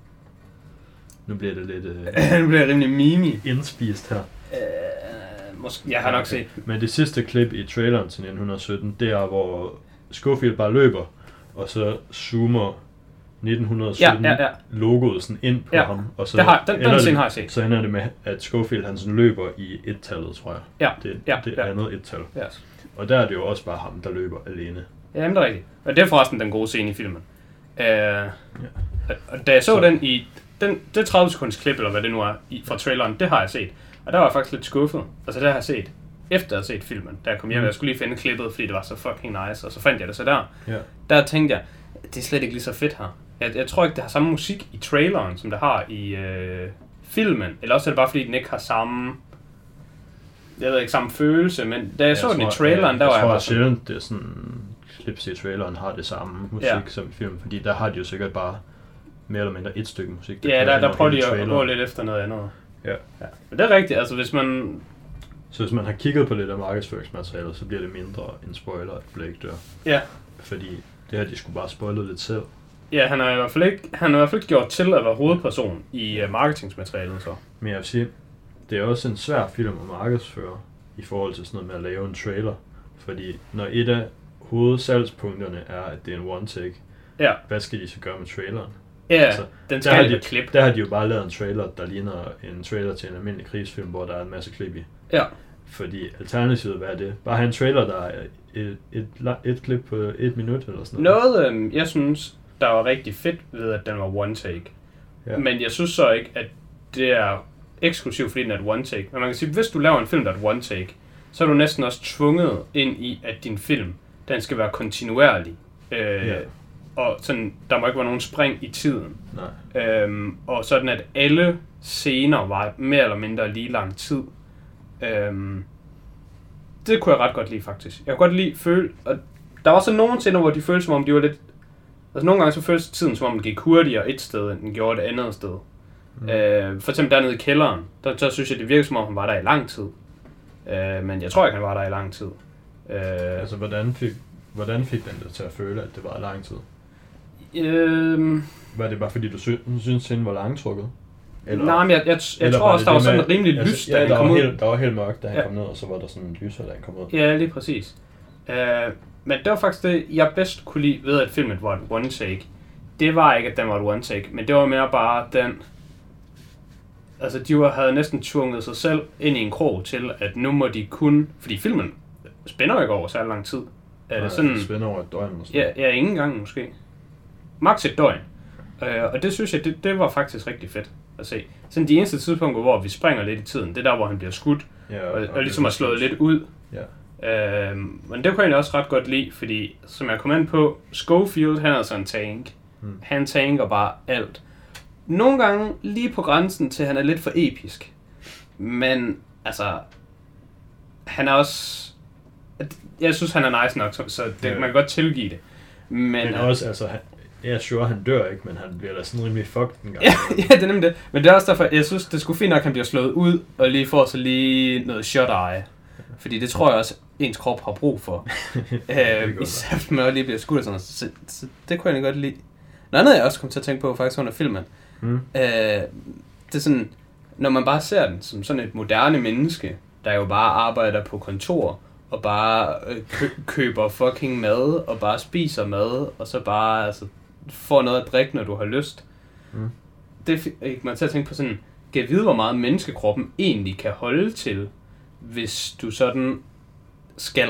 Nu bliver det lidt... Øh,
nu bliver det rimelig mimi.
Indspist her.
Øh, måske, jeg har nok set.
Men det sidste klip i traileren til nitten sytten, det er, hvor Schofield bare løber, og så zoomer nitten sytten
ja, ja, ja.
logoet sådan ind på
ja.
ham. Og så
det har, den, den
det,
scene har jeg set.
Så ender det med, at Schofield han sådan løber i et-tallet, tror jeg.
Ja,
det,
ja,
det
ja.
andet et-tal.
Yes.
Og der er det jo også bare ham, der løber alene.
Ja, det er rigtigt. Og det er forresten den gode scene i filmen. Uh, ja. Og da jeg så, så den i... Den, det tredive sekunders klip, eller hvad det nu er, i, fra traileren, det har jeg set. Og der var jeg faktisk lidt skuffet. Altså, det har jeg set, efter jeg har set filmen. Da jeg kom hjem, mm. jeg skulle lige finde klippet, fordi det var så fucking nice. Og så fandt jeg det så der.
Ja.
Der tænkte jeg, det er slet ikke lige så fedt her. Jeg, jeg tror ikke, det har samme musik i traileren, som det har i øh, filmen. Eller også er det bare, fordi den ikke har samme... Jeg ved ikke, samme følelse, men da jeg, jeg så den i traileren,
ja,
der var
jeg
jeg
bare
bare
sådan... Jeg tror sjældent, det er sådan... Klips i traileren har det samme musik ja. som i filmen, fordi der har de jo sikkert bare mere eller mindre et stykke musik.
Der ja, der, der prøver de at gå lidt efter noget andet.
Ja.
ja. Men det er rigtigt, altså hvis man...
Så hvis man har kigget på lidt af markedsføringsmaterialet, så bliver det mindre en spoiler, at Blake dør.
Ja.
Fordi det her, de skulle bare spoilet lidt selv.
Ja, han har i hvert fald ikke, han har i hvert fald ikke gjort til at være hovedperson i uh, marketingsmaterialet så.
Men jeg vil sige, det er også en svær film at markedsføre i forhold til sådan noget med at lave en trailer. Fordi når et af hovedsalgspunkterne er, at det er en one-take,
ja.
hvad skal de så gøre med traileren?
Ja, altså, den skal de klip.
Der har de jo bare lavet en trailer, der ligner en trailer til en almindelig krigsfilm, hvor der er en masse klip i.
Ja.
Fordi alternativet, hvad er det? Bare have en trailer, der er et, et, et, et klip på et minut eller sådan
noget. Noget, øhm, jeg synes, der var rigtig fedt ved, at den var one take. Ja. Men jeg synes så ikke, at det er eksklusivt, fordi den er et one take. Men man kan sige, hvis du laver en film, der er et one take, så er du næsten også tvunget ind i, at din film, den skal være kontinuerlig. Øh, ja. Og sådan, der må ikke være nogen spring i tiden.
Nej.
Øhm, og sådan, at alle scener var mere eller mindre lige lang tid. Øhm, det kunne jeg ret godt lide, faktisk. Jeg kunne godt lide føle, og der var så nogle scener, hvor de føltes, som om de var lidt... Altså nogle gange så føltes tiden, som om den gik hurtigere et sted, end den gjorde det andet sted. Mm. Øh, for eksempel dernede i kælderen, der, der synes jeg, det virkede, som om han var der i lang tid. Øh, men jeg tror ikke, han var der i lang tid.
Øh, altså, hvordan fik, hvordan fik den dig til at føle, at det var i lang tid?
Øh,
var det bare fordi, du sy- synes, den var langtrukket?
Eller, nej, men jeg, jeg, jeg tror også, der var sådan en rimelig
altså,
lys,
ja,
da han
der
kom
var
ud.
Helt, der var helt mørkt, da han
ja.
kom ned, og så var der sådan en lysere, da han kom ud.
Ja, lige præcis. Øh, men det var faktisk det, jeg bedst kunne lide ved, at filmen var et one take. Det var ikke, at den var et one take, men det var mere bare den... Altså, de var, havde næsten tvunget sig selv ind i en krog til, at nu må de kun... Fordi filmen spænder jo ikke over så lang tid. Er
nej,
det sådan...
det spænder over et døgn måske.
Ja, ja, ingen gang måske. Max et døgn. Øh, og det synes jeg, det, det var faktisk rigtig fedt at se. Sådan de eneste tidspunkter, hvor vi springer lidt i tiden, det er der, hvor han bliver skudt,
ja, og,
og,
og,
og ligesom har slået lidt ud.
Ja.
Øh, men det kunne jeg egentlig også ret godt lide, fordi som jeg kom ind på, Schofield, han er altså en tank. Hmm. Han tanker bare alt. Nogle gange lige på grænsen til, at han er lidt for episk. Men altså, han er også... Jeg synes, han er nice nok, så det, ja. Man kan godt tilgive det. Men,
men også, altså, han, jeg er sure, han dør ikke, men han bliver da sådan rimelig fucked en gang.
ja, ja, det er nemlig det. Men det er også derfor, jeg synes, det skulle fint nok, at han bliver slået ud, og lige får så lige noget shot-eye. Fordi det tror jeg også, ens krop har brug for. øh, især med at lige blive skudt og sådan noget. Så, så det kunne jeg godt lide. Noget andet, jeg også kom til at tænke på, faktisk under filmen. Mm. Øh, det er sådan, når man bare ser den som sådan et moderne menneske, der jo bare arbejder på kontor, og bare øh, kø- køber fucking mad, og bare spiser mad, og så bare altså, får noget at drikke, når du har lyst. Mm. Det fik mig til at tænke på sådan, kan jeg vide, hvor meget menneskekroppen egentlig kan holde til, hvis du sådan skal?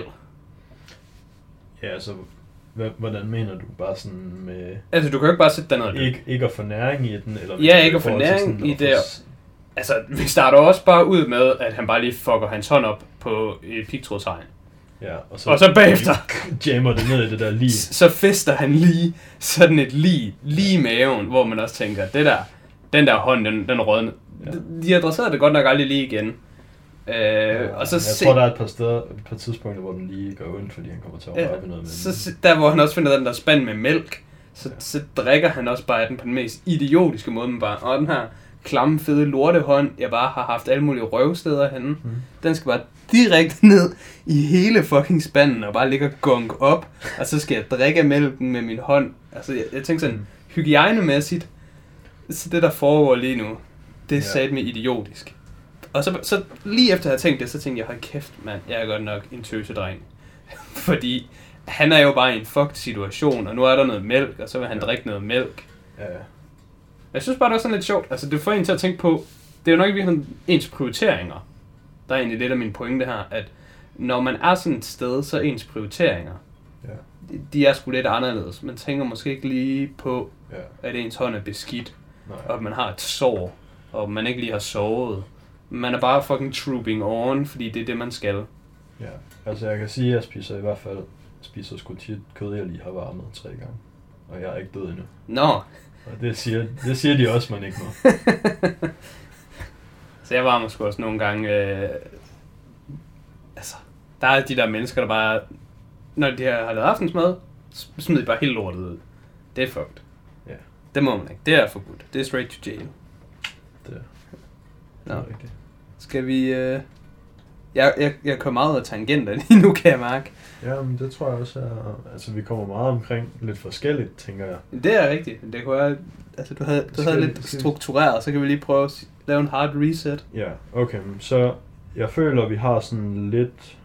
Ja, altså, hvordan mener du bare sådan med...
Altså, du kan jo ikke bare sætte dig ned.
Ikke, ikke at få næring i den? Eller
ja, ikke at få næring i det. Altså, vi starter også bare ud med, at han bare lige fucker hans hånd op på et pigtrådshegn.
Ja, og så,
og så bagefter
jammer det ned i det der lig.
Så fester han lige sådan et lig, lige i maven, hvor man også tænker, det der, den der hånd, den, den rådne. Ja. De adresserede det godt nok aldrig lige igen. Øh,
ja,
og så
jeg
se,
tror, der er et par steder, et par tidspunkter, hvor den lige går ondt, fordi han kommer til at røre ved noget med
så, så der, hvor han også finder den der spand med mælk, så, ja. så drikker han også bare den på den mest idiotiske måde, man bare, og den her klamme, fede lortehånd, jeg bare har haft alle mulige røvsteder henne, mm. den skal bare direkte ned i hele fucking spanden, og bare ligge og gunk op, og så skal jeg drikke mælken med min hånd. Altså, jeg, jeg tænker sådan, mm. hygiejnemæssigt, så det der foregår lige nu, det er ja. satme idiotisk. Og så, så lige efter at have tænkt det, så tænkte jeg, hold kæft mand, jeg er godt nok en tøsedreng. Fordi han er jo bare i en fucked situation, og nu er der noget mælk, og så vil han ja. drikke noget mælk.
Ja, ja.
Jeg synes bare, det var sådan lidt sjovt. Altså, det får en til at tænke på, det er jo nok ikke virkelig ens prioriteringer. Der er egentlig lidt af min pointe her, at når man er sådan et sted, så ens prioriteringer, ja. de, de er sgu lidt anderledes. Man tænker måske ikke lige på, ja. at ens hånd er beskidt, nej. Og at man har et sår, og man ikke lige har sovet. Man er bare fucking trooping on, fordi det er det, man skal.
Ja, altså jeg kan sige, at jeg spiser i hvert fald, spiser sgu tit kød, jeg lige har varmet tre gange. Og jeg er ikke død endnu.
Nå.
Og det siger, det siger de også, man ikke må.
Så jeg varmer sgu også nogle gange... Øh, altså, der er de der mennesker, der bare... Når de har lavet aftensmad, smider de bare helt lortet ud. Det er fucked.
Ja.
det må man ikke. Det er forbudt. Det er straight to jail.
Det er,
Nå.
det er rigtigt.
Skal vi... Øh... Jeg, jeg, jeg kører meget af tangenter lige nu, kan jeg mærke.
Jamen, det tror jeg også er... Altså, vi kommer meget omkring lidt forskelligt, tænker jeg.
Det er rigtigt. Det kunne være... Altså, du havde, du havde lidt struktureret, så kan vi lige prøve at lave en hard reset.
Ja, okay. Så jeg føler, vi har sådan lidt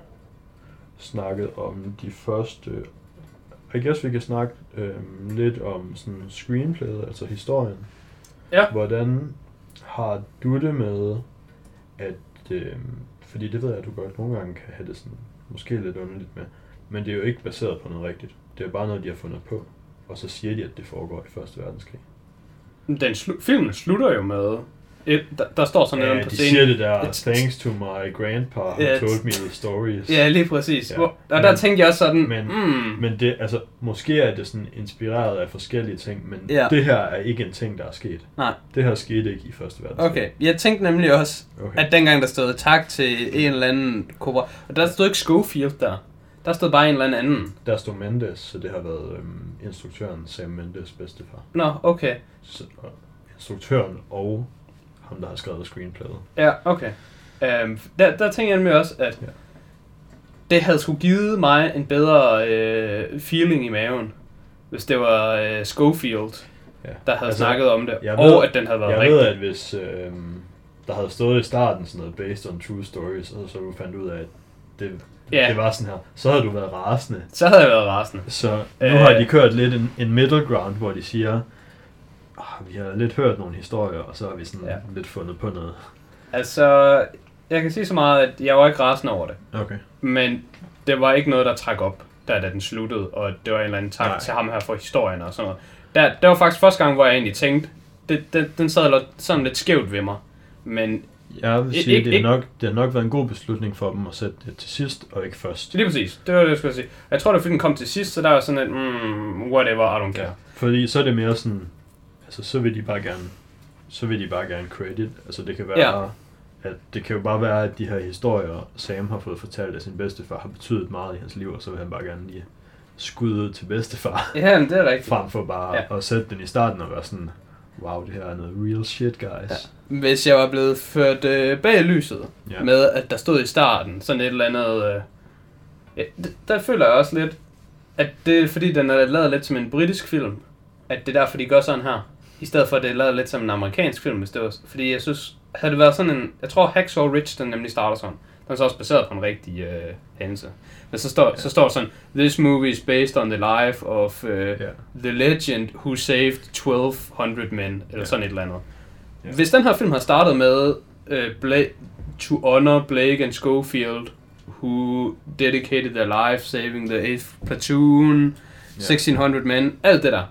snakket om de første... Jeg guess, vi kan snakke øhm, lidt om sådan screenplayet, altså historien.
Ja.
Hvordan har du det med, at... Øhm, fordi det ved jeg, at du godt nogle gange kan have det sådan, måske lidt underligt med, men det er jo ikke baseret på noget rigtigt. Det er jo bare noget, de har fundet på, og så siger de, at det foregår i første verdenskrig.
Den slu- filmen slutter jo med, et, der, der står sådan
ja,
noget på
de
scenen.
siger det der,
et,
thanks to my grandpa who
ja,
told me the stories.
Ja, lige præcis. Ja. Hvor, og
men,
der tænkte jeg også sådan,
men,
mm.
men det, altså, måske er det sådan inspireret af forskellige ting, men
ja.
det her er ikke en ting, der er sket.
Nej.
Det her skete ikke i første verdenskrig.
Okay, jeg tænkte nemlig også, okay. at dengang der stod tak til en eller anden kobra, og der stod ikke Schofield der. Der stod bare en eller anden.
Der stod Mendes, så det har været øhm, instruktøren Sam Mendes bedstefar.
Nå, okay.
Så, og instruktøren og ham, der har skrevet screenplayet.
Ja, okay. Um, der, der tænker jeg nemlig også, at ja. det havde sgu givet mig en bedre øh, feeling i maven, hvis det var øh, Schofield, ja. der havde altså, snakket om det, og
ved,
at den havde været
jeg
rigtig.
Jeg ved, at hvis øh, der havde stået i starten sådan noget based on true stories, og så du fandt ud af, at det, ja. det var sådan her, så havde du været rasende.
Så havde jeg været rasende.
Så nu øh, har de kørt lidt en, en middle ground, hvor de siger, oh, vi har lidt hørt nogle historier, og så har vi sådan ja. lidt fundet på noget.
Altså, jeg kan sige så meget, at jeg var ikke rasende over det.
Okay.
Men det var ikke noget, der trak op, da, da den sluttede, og det var en eller anden tak Nej. til ham her for historien og sådan noget. Der, der var faktisk første gang, hvor jeg egentlig tænkte, det, det, den sad sådan lidt skævt ved mig. Men
jeg vil sige, ikke, det, har nok, det har nok været en god beslutning for dem at sætte det til sidst, og ikke først.
Lige præcis, det var det, jeg skulle sige. Jeg tror, det fordi den kom til sidst, så der var sådan et, mm, whatever, I don't care. Ja,
fordi så er det mere sådan, altså så vil de bare gerne, så vil de bare gerne credit. Altså det kan være, ja. at det kan jo bare være, at de her historier, Sam har fået fortalt af sin bedstefar, har betydet meget i hans liv, og så vil han bare gerne lige skudde til bedstefar.
Ja, men det er rigtigt.
Frem for bare ja. at sætte den i starten og være sådan, wow, det her er noget real shit, guys. Ja.
Hvis jeg var blevet ført øh, bag lyset ja. med, at der stod i starten sådan et eller andet... Øh, ja, det, der føler jeg også lidt, at det er fordi, den er lavet lidt som en britisk film, at det er derfor, de gør sådan her. I stedet for, at det er lavet lidt som en amerikansk film, hvis det var... Fordi jeg synes, havde det været sådan en... Jeg tror, Hacksaw Ridge, den nemlig starter sådan. Den er så også baseret på en rigtig øh, hændelse. Men så står, ja. så står sådan, this movie is based on the life of uh, yeah. the legend who saved twelve hundred men, eller yeah. sådan et eller andet. Yeah. Hvis den her film har startet med uh, Bla- to honor Blake and Schofield, who dedicated their life saving the eighth platoon, yeah. sixteen hundred men, alt det der,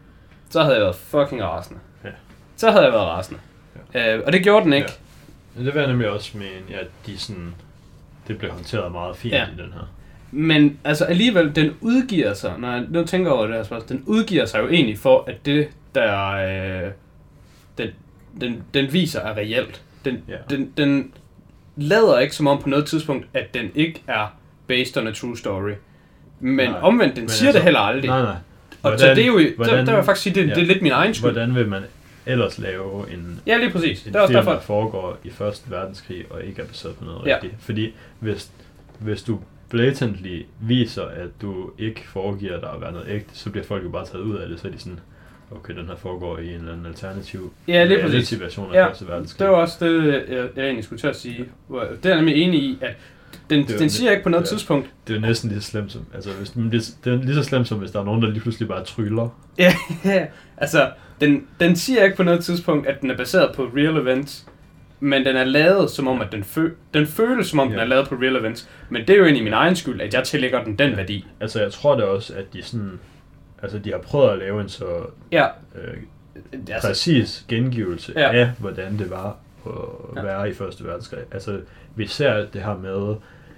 så havde jeg været fucking rasende. Yeah. Så havde jeg været rasende. Yeah. Uh, og det gjorde den ikke.
Yeah. Det var nemlig også med, at de sådan, det blev håndteret meget fint yeah. i den her.
Men altså alligevel, den udgiver sig, når jeg nu tænker over det her spørgsmål, den udgiver sig jo egentlig for, at det der, øh, den, den, den viser er reelt. Den, yeah. den, den lader ikke som om på noget tidspunkt, at den ikke er based on a true story. Men nej, omvendt, den siger altså, det heller aldrig.
Nej, nej.
Hvordan, og så det er jo, hvordan, der, der vil jeg faktisk sige, det, ja, det er lidt min egen skyld.
Hvordan vil man ellers lave en,
ja, lige præcis.
en
det er
film,
derfor,
der foregår i første verdenskrig, og ikke er baseret på noget
ja.
rigtigt? Fordi hvis, hvis du blatantly viser, at du ikke foregiver dig at være noget ægte, så bliver folk jo bare taget ud af det, så er de sådan, okay, den her foregår i en eller anden alternativ
ja,
reality-version af ja, første verdenskrig.
Det var også det, jeg, jeg egentlig skulle til at sige. Det er jeg nemlig enig i, at den, den næ- siger ikke på noget ja, tidspunkt.
Det er jo næsten lige så slemt som, altså hvis, det, det er lige så slemt som, hvis der er nogen, der lige pludselig bare tryller.
Ja, ja. Altså, den, den siger ikke på noget tidspunkt, at den er baseret på real events, men den er lavet som om, at den, fø- den føles som om, ja. den er lavet på real events. Men det er jo egentlig min egen skyld, at jeg tillægger den den ja. værdi.
Altså, jeg tror da også, at de sådan, altså de har prøvet at lave en så
ja.
øh, altså, præcis gengivelse ja. af, hvordan det var at ja. være i første verdenskrig. Altså, vi ser det her med,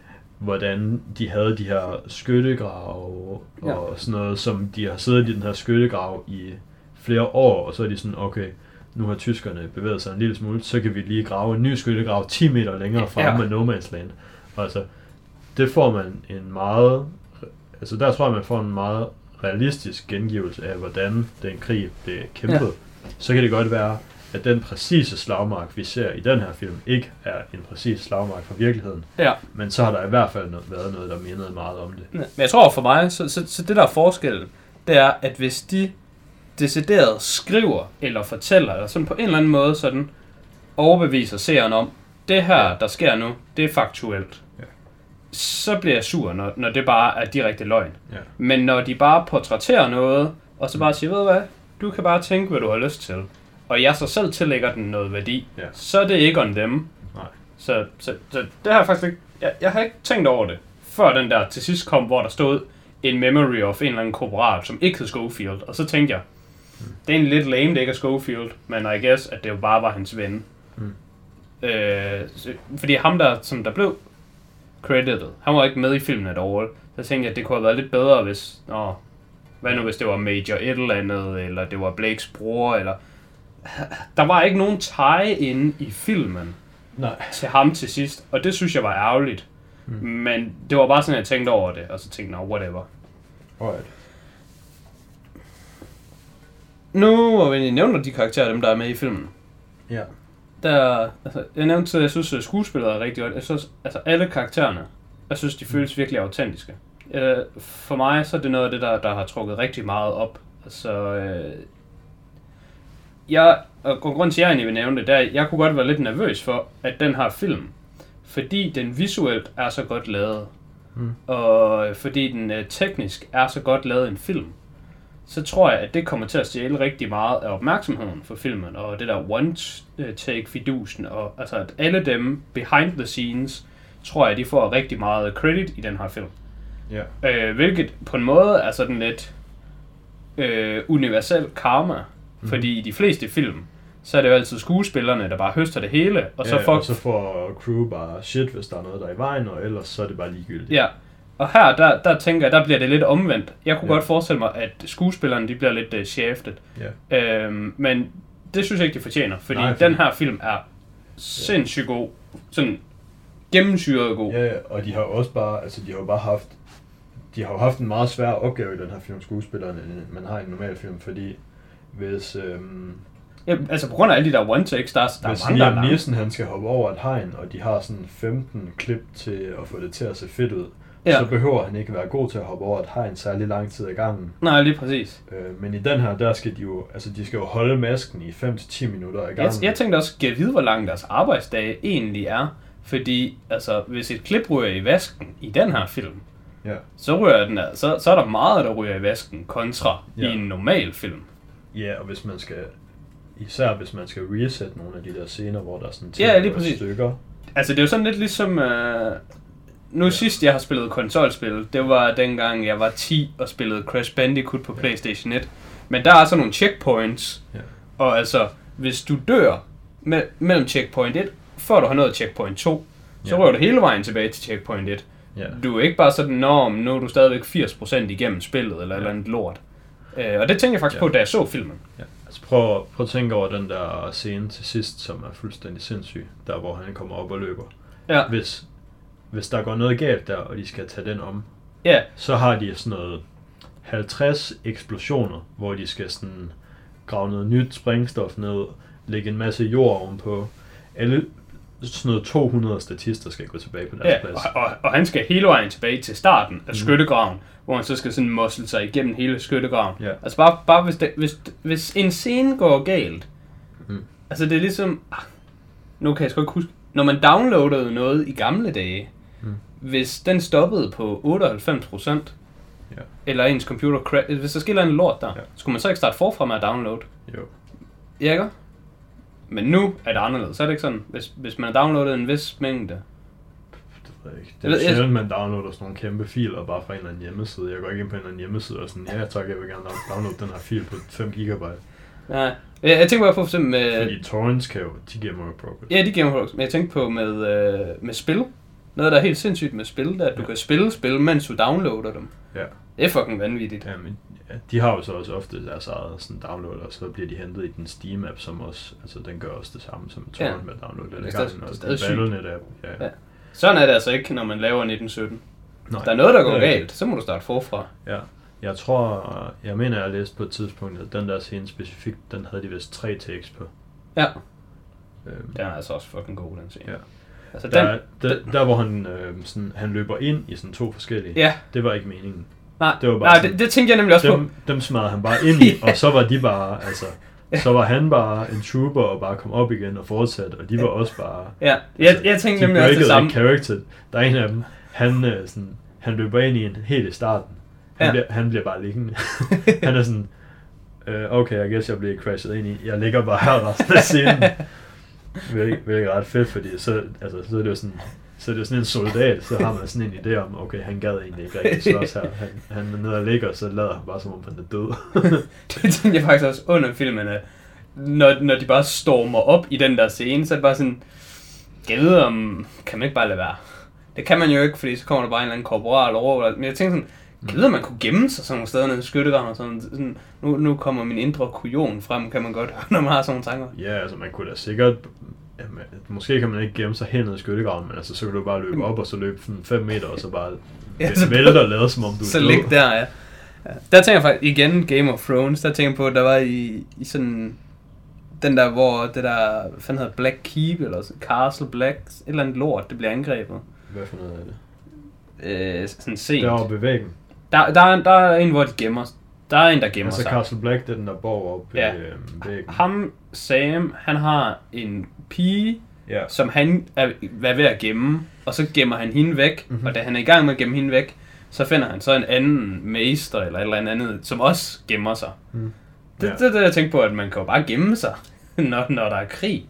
hvordan de havde de her skyttegrave ja. og sådan noget, som de har siddet i den her skyttegrav i flere år, og så er de sådan, okay, nu har tyskerne bevæget sig en lille smule, så kan vi lige grave en ny skyttegrav ti meter længere frem ja. med No Man's Land. Og altså, det får man en meget, altså der tror jeg, man får en meget realistisk gengivelse af, hvordan den krig blev kæmpet, ja. Så kan det godt være, at den præcise slagmark, vi ser i den her film, ikke er en præcis slagmark fra virkeligheden.
Ja.
Men så har der i hvert fald noget, været noget, der mindede meget om det.
Ja. Men jeg tror for mig, så, så, så det der er forskellen, det er, at hvis de decideret skriver eller fortæller, eller sådan på en eller anden måde sådan overbeviser seeren om, det her, ja. Der sker nu, det er faktuelt. Ja. Så bliver jeg sur, når, når det bare er direkte løgn. Ja. Men når de bare portrætterer noget, og så bare siger, ved du hvad, du kan bare tænke, hvad du har lyst til, og jeg så selv tillægger den noget værdi, ja. Så er det ikke on dem.
Nej.
Så, så, så det har jeg faktisk ikke, jeg, jeg har ikke tænkt over det, før den der til sidst kom, hvor der stod en memory of en eller anden korporat, som ikke hed Schofield, og så tænkte jeg, mm. det er en lidt lame, det ikke er Schofield, men I guess, at det jo bare var hans ven. Mm. Øh, fordi ham der, som der blev credited, han var ikke med i filmen at all, så tænkte jeg, at det kunne have været lidt bedre, hvis, åh, hvad nu hvis det var Major et eller andet, eller det var Blakes bror, eller der var ikke nogen tie inde i filmen. Nej. Til ham til sidst, og det synes jeg var ærgerligt. Mm. Men det var bare sådan, jeg tænkte over det, og så tænkte jeg, no, whatever.
Alright.
Nu hvor vi nævner de karakterer, dem der er med i filmen.
Ja. Yeah.
Der, altså, jeg nævnte, at jeg synes, at skuespillet er rigtig godt. Jeg synes, altså alle karaktererne, jeg synes, de føles virkelig autentiske. Øh, for mig, så er det noget af det, der, der har trukket rigtig meget op. Altså, øh, jeg, og grund til, at jeg egentlig vil nævne det, der, jeg kunne godt være lidt nervøs for, at den her film, fordi den visuelt er så godt lavet, mm. og fordi den øh, teknisk er så godt lavet en film, så tror jeg, at det kommer til at stjæle rigtig meget af opmærksomheden for filmen, og det der one-take-fidusen, og altså at alle dem behind the scenes, tror jeg, de får rigtig meget credit i den her film. Yeah. Øh, hvilket på en måde er sådan lidt øh, universel karma, mm. fordi i de fleste film, så er det jo altid skuespillerne, der bare høster det hele, og så,
ja,
får...
og så får crew bare shit, hvis der er noget, der er i vejen, og ellers så er det bare ligegyldigt.
Ja, og her, der, der tænker jeg, der bliver det lidt omvendt. Jeg kunne ja. godt forestille mig, at skuespillerne, de bliver lidt uh, shafted. Ja. Øhm, men det synes jeg ikke, de fortjener, fordi Nej, den her film er sindssygt god. Sådan gennemsyret god.
Ja, og de har også bare, altså de har jo bare haft, de har jo haft en meget svær opgave i den her film, skuespillerne, end man har i en normal film, fordi hvis... Øhm,
ja, altså på grund af alle de der one-takes, der, der er mange, der er
Liam Neeson, han skal hoppe over et hegn, og de har sådan femten klip til at få det til at se fedt ud, ja. Så behøver han ikke være god til at hoppe over et hegn særlig lang tid ad gangen.
Nej, lige præcis.
Øh, men i den her, der skal de jo, altså de skal jo holde masken i fem til ti minutter ad gangen.
Jeg, jeg tænkte også, at vide, hvor lang deres arbejdsdag egentlig er, fordi altså, hvis et klip ryger i vasken i den her film, ja. så, ryger den, så, så er der meget, der ryger i vasken kontra ja. i en normal film.
Ja, og hvis man skal... Især hvis man skal reset nogle af de der scener, hvor der er sådan
ja, lige præcis.
stykker.
Altså det er jo sådan lidt ligesom... Øh, nu ja. sidst jeg har spillet konsolspil, det var dengang jeg var ti og spillede Crash Bandicoot på ja. PlayStation et. Men der er altså nogle checkpoints. Ja. Og altså, hvis du dør me- mellem checkpoint et, før du har nået checkpoint to, så ja. rører du hele vejen tilbage til checkpoint et. Ja. Du er ikke bare sådan, nå, nu er du stadigvæk firs procent igennem spillet, eller ja. eller andet lort. Øh, og det tænker jeg faktisk ja. på, da jeg så filmen. Ja.
Altså prøv, prøv at tænke over den der scene til sidst, som er fuldstændig sindssyg, der hvor han kommer op og løber. Ja. Hvis, hvis der går noget galt der, og de skal tage den om, ja. så har de sådan noget halvtreds eksplosioner, hvor de skal sådan grave noget nyt sprængstof ned, lægge en masse jord ovenpå. Alle sådan noget to hundrede statister skal gå tilbage på deres
ja,
plads.
Og, og, og han skal hele vejen tilbage til starten af skyttegraven, hvor han så skal sådan muscle sig igennem hele skyttegraven. Ja. Altså bare, bare hvis, det, hvis, hvis en scene går galt, mm. altså det er ligesom, nu kan jeg sgu ikke huske, når man downloadede noget i gamle dage, mm. hvis den stoppede på otteoghalvfems procent, ja. eller ens computer crash, hvis der sker en lort der, ja. skulle man så ikke starte forfra med at downloade?
Jo.
Ja, ikke? Men nu er det anderledes, så er det ikke sådan, hvis, hvis man har downloadet en vis mængde.
Det ved jeg ikke. Det er jeg sjældent, man downloader sådan nogle kæmpe filer bare fra en eller anden hjemmeside. Jeg går ikke ind på en eller anden hjemmeside og sådan, ja tak, jeg vil gerne downloade den her fil på fem gigabyte.
Nej, jeg, jeg tænker bare på for eksempel med...
Fordi torrents kan jo, de giver mig progress.
Ja, de giver mig progress, men jeg tænker på med, øh, med spil. Noget, der er helt sindssygt med spil, der at du ja. kan spille spil, mens du downloader dem. Ja. Det er fucking vanvittigt.
Ja, men ja, de har jo så også ofte deres eget sådan downloader, og så bliver de hentet i den Steam-app, som også, altså den gør også det samme som torrent ja. med at downloade. Det er stadig sygt. Ja. Ja. Sådan er det altså ikke, når man laver nitten sytten. Hvis der er noget, der går galt, så må du starte forfra. Ja, Jeg tror, jeg mener, jeg har læst på et tidspunkt, at den der scene specifikt, den havde de vist tre takes på.
Ja.
Øhm,
Den er altså også fucking god, den scene.
Ja.
Altså, den,
der, der, der, hvor han, øh, sådan, han løber ind i sådan to forskellige,
ja.
Det var ikke meningen.
Nej,
det, var bare
nej
sådan,
det, det tænkte jeg nemlig også
dem,
på.
Dem smadrede han bare ind i, og så var de bare, altså, så var han bare en trooper og bare kom op igen og fortsatte, og de var også bare...
Ja, jeg, altså, jeg tænkte nemlig også det samme.
Character. Der er en af dem, han, øh, sådan, han løber ind i en helt i starten. Han, ja. bliver, han bliver bare liggende. Han er sådan, øh, okay, jeg guess jeg bliver crashet ind i. Jeg ligger bare her resten af scenen. Hvilket er ret fedt, fordi så, altså, så er det jo sådan... Så er det jo sådan en soldat, så har man sådan en idé om, okay, han gad egentlig ikke rigtig slås her. Han, han er nede og ligger, så lader han bare som om han er død.
Det tænkte jeg faktisk også under filmen, at når, når de bare stormer op i den der scene, så er det bare sådan, jeg ved om, kan man ikke bare lade være? Det kan man jo ikke, fordi så kommer der bare en eller anden korporal over. Men jeg tænkte sådan, jeg ved, om man kunne gemme sig sådan nogle steder nede i skyttegraven og sådan. sådan nu, nu kommer min indre kujon frem, kan man godt høre, når man har sådan nogle tanker.
Ja, altså man kunne da sikkert... Jamen, måske kan man ikke gemme sig hen i skyttegraven, men altså, så kan du bare løbe op og så løbe fem meter og så bare ja, så vælte og lade som om du
så er død. Så lig der, ja. Ja. Der tænker jeg faktisk igen Game of Thrones, der tænker jeg på, at der var i, i sådan den der, hvor det der, hvad fanden hedder Black Keep, eller sådan, Castle Black, et eller andet lort, det bliver angrebet.
Hvad for noget af det?
Øh, sådan sent.
Der er oppe ved væggen.
Der, der, er, der er en, hvor de gemmer Der er en, der gemmer
altså,
sig.
Altså Castle Black, det er den der borg oppe
ja.
ved øh, væggen.
Ham, Sam, han har en pige,
ja. som
han er, er ved at gemme, og så gemmer han hende væk, mm-hmm. og da han er i gang med at gemme hende væk, så finder han så en anden mester, eller et eller andet, som også gemmer sig. Mm. Det er ja. det, det, jeg tænkte på, at man kan jo bare gemme sig, når, når der er krig.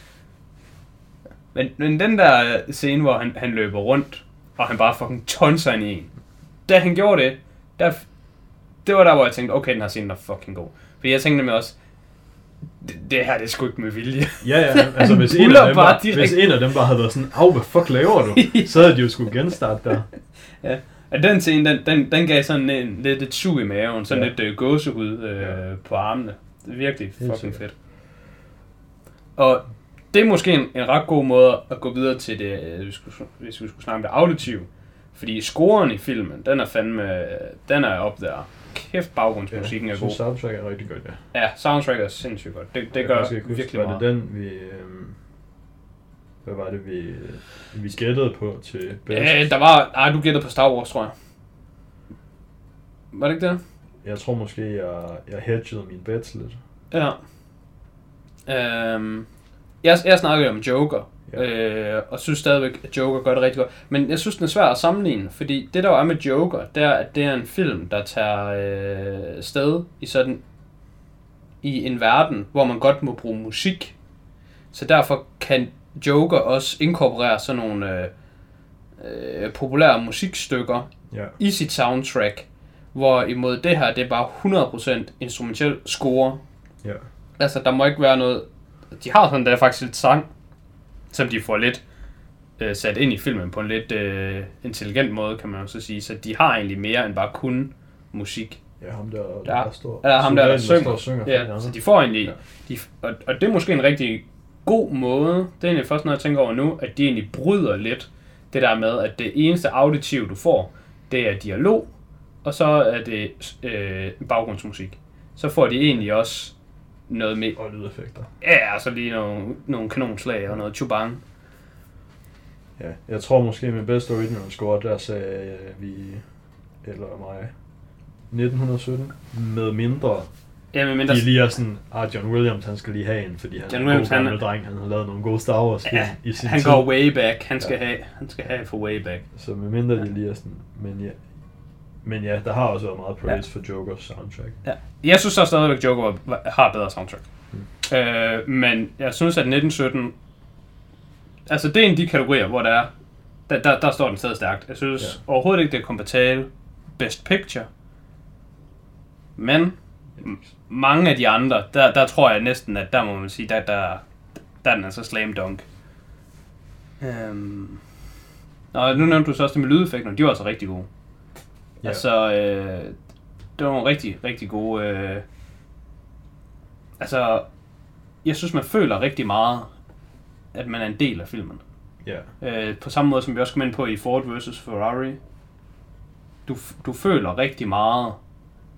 Men, men den der scene, hvor han, han løber rundt, og han bare fucking tonser ind i en, da han gjorde det, der, det var der, hvor jeg tænkte, okay, den her scene er fucking god. For jeg tænkte nemlig også, det, det her, det er sgu ikke med vilje.
Ja, ja, altså hvis en, af dem bare, hvis en af dem bare havde været sådan, au, hvad fuck laver du? Så havde de jo skulle genstarte der.
Ja, og den scene, den, den, den gav sådan en, lidt et sug i maven, sådan ja. lidt øh, gåsehud øh, ja. på armene. Det er virkelig fucking fedt. Og det er måske en, en ret god måde at gå videre til det, hvis vi skulle, hvis vi skulle snakke om det auditive. Fordi scoren i filmen, den er fandme, den er op der. Kæft, baggrundsmusikken
ja,
er god.
Jeg synes, soundtrack er rigtig godt, ja.
Ja, soundtrack er sindssygt godt. Det, det gør virkelig meget.
Var det den, vi... Øhm, hvad var det, vi, vi gættede på til bedst?
Øh, der var... Nej, du gættede på Star Wars, tror jeg. Var det ikke det?
Jeg tror måske, jeg, jeg hedgede mine bets lidt.
Ja. Øhm, jeg, jeg snakkede om Joker. Ja. Øh, og synes stadigvæk, at Joker gør det rigtig godt. Men jeg synes, den er svær at sammenligne, fordi det der er med Joker, det er, at det er en film, der tager øh, sted i sådan i en verden, hvor man godt må bruge musik. Så derfor kan Joker også inkorporere sådan nogle øh, øh, populære musikstykker ja. i sit soundtrack, hvor imod det her, det er bare hundrede procent instrumentel score. Ja. Altså, der må ikke være noget... De har sådan der faktisk lidt sang, som de får lidt øh, sat ind i filmen på en lidt øh, intelligent måde, kan man jo så sige. Så de har egentlig mere end bare kun musik.
Ja, ham der, der,
der,
der står.
Eller ham der, der, der synger.
Der synger
ja, så de får egentlig... Ja. De, og, og det er måske en rigtig god måde. Det er egentlig først noget, jeg tænker over nu, at de egentlig bryder lidt det der med, at det eneste auditiv, du får, det er dialog, og så er det øh, baggrundsmusik. Så får de egentlig også noget med...
Og lydeffekter.
Ja, altså lige nogle, nogle kanonslag og noget chubang.
Ja, jeg tror måske min bedste original score, der sagde øh, vi, eller mig, nitten sytten med mindre.
Ja, men mindre...
De lige er sådan, ah, John Williams, han skal lige have en, fordi han
John
er en god gammel dreng, han har lavet nogle gode Star Wars film
ja,
i sin
han
tid.
går way back, han skal, ja. have, han skal have for way back.
Så med mindre de lige er sådan, men ja, men ja, der har også været meget praise ja. for Jokers soundtrack.
Ja. Jeg synes så stadigvæk, at Joker har bedre soundtrack. Hmm. Øh, men jeg synes, at nitten sytten, altså det er en af de kategorier, hvor der er, der, der, der står den stadig stærkt. Jeg synes ja. overhovedet ikke, det er kompatibelt Best Picture. Men mange af de andre, der, der tror jeg næsten, at der må man sige, der, der, der er den altså slam dunk. Øhm. Og nu nævnte du så også det med lydeffekterne, de var altså rigtig gode. Ja. Altså, øh, det var nogle rigtig, rigtig gode... Øh, altså, jeg synes, man føler rigtig meget, at man er en del af filmen.
Ja.
Øh, på samme måde, som vi også kom ind på i Ford versus Ferrari. Du, du føler rigtig meget,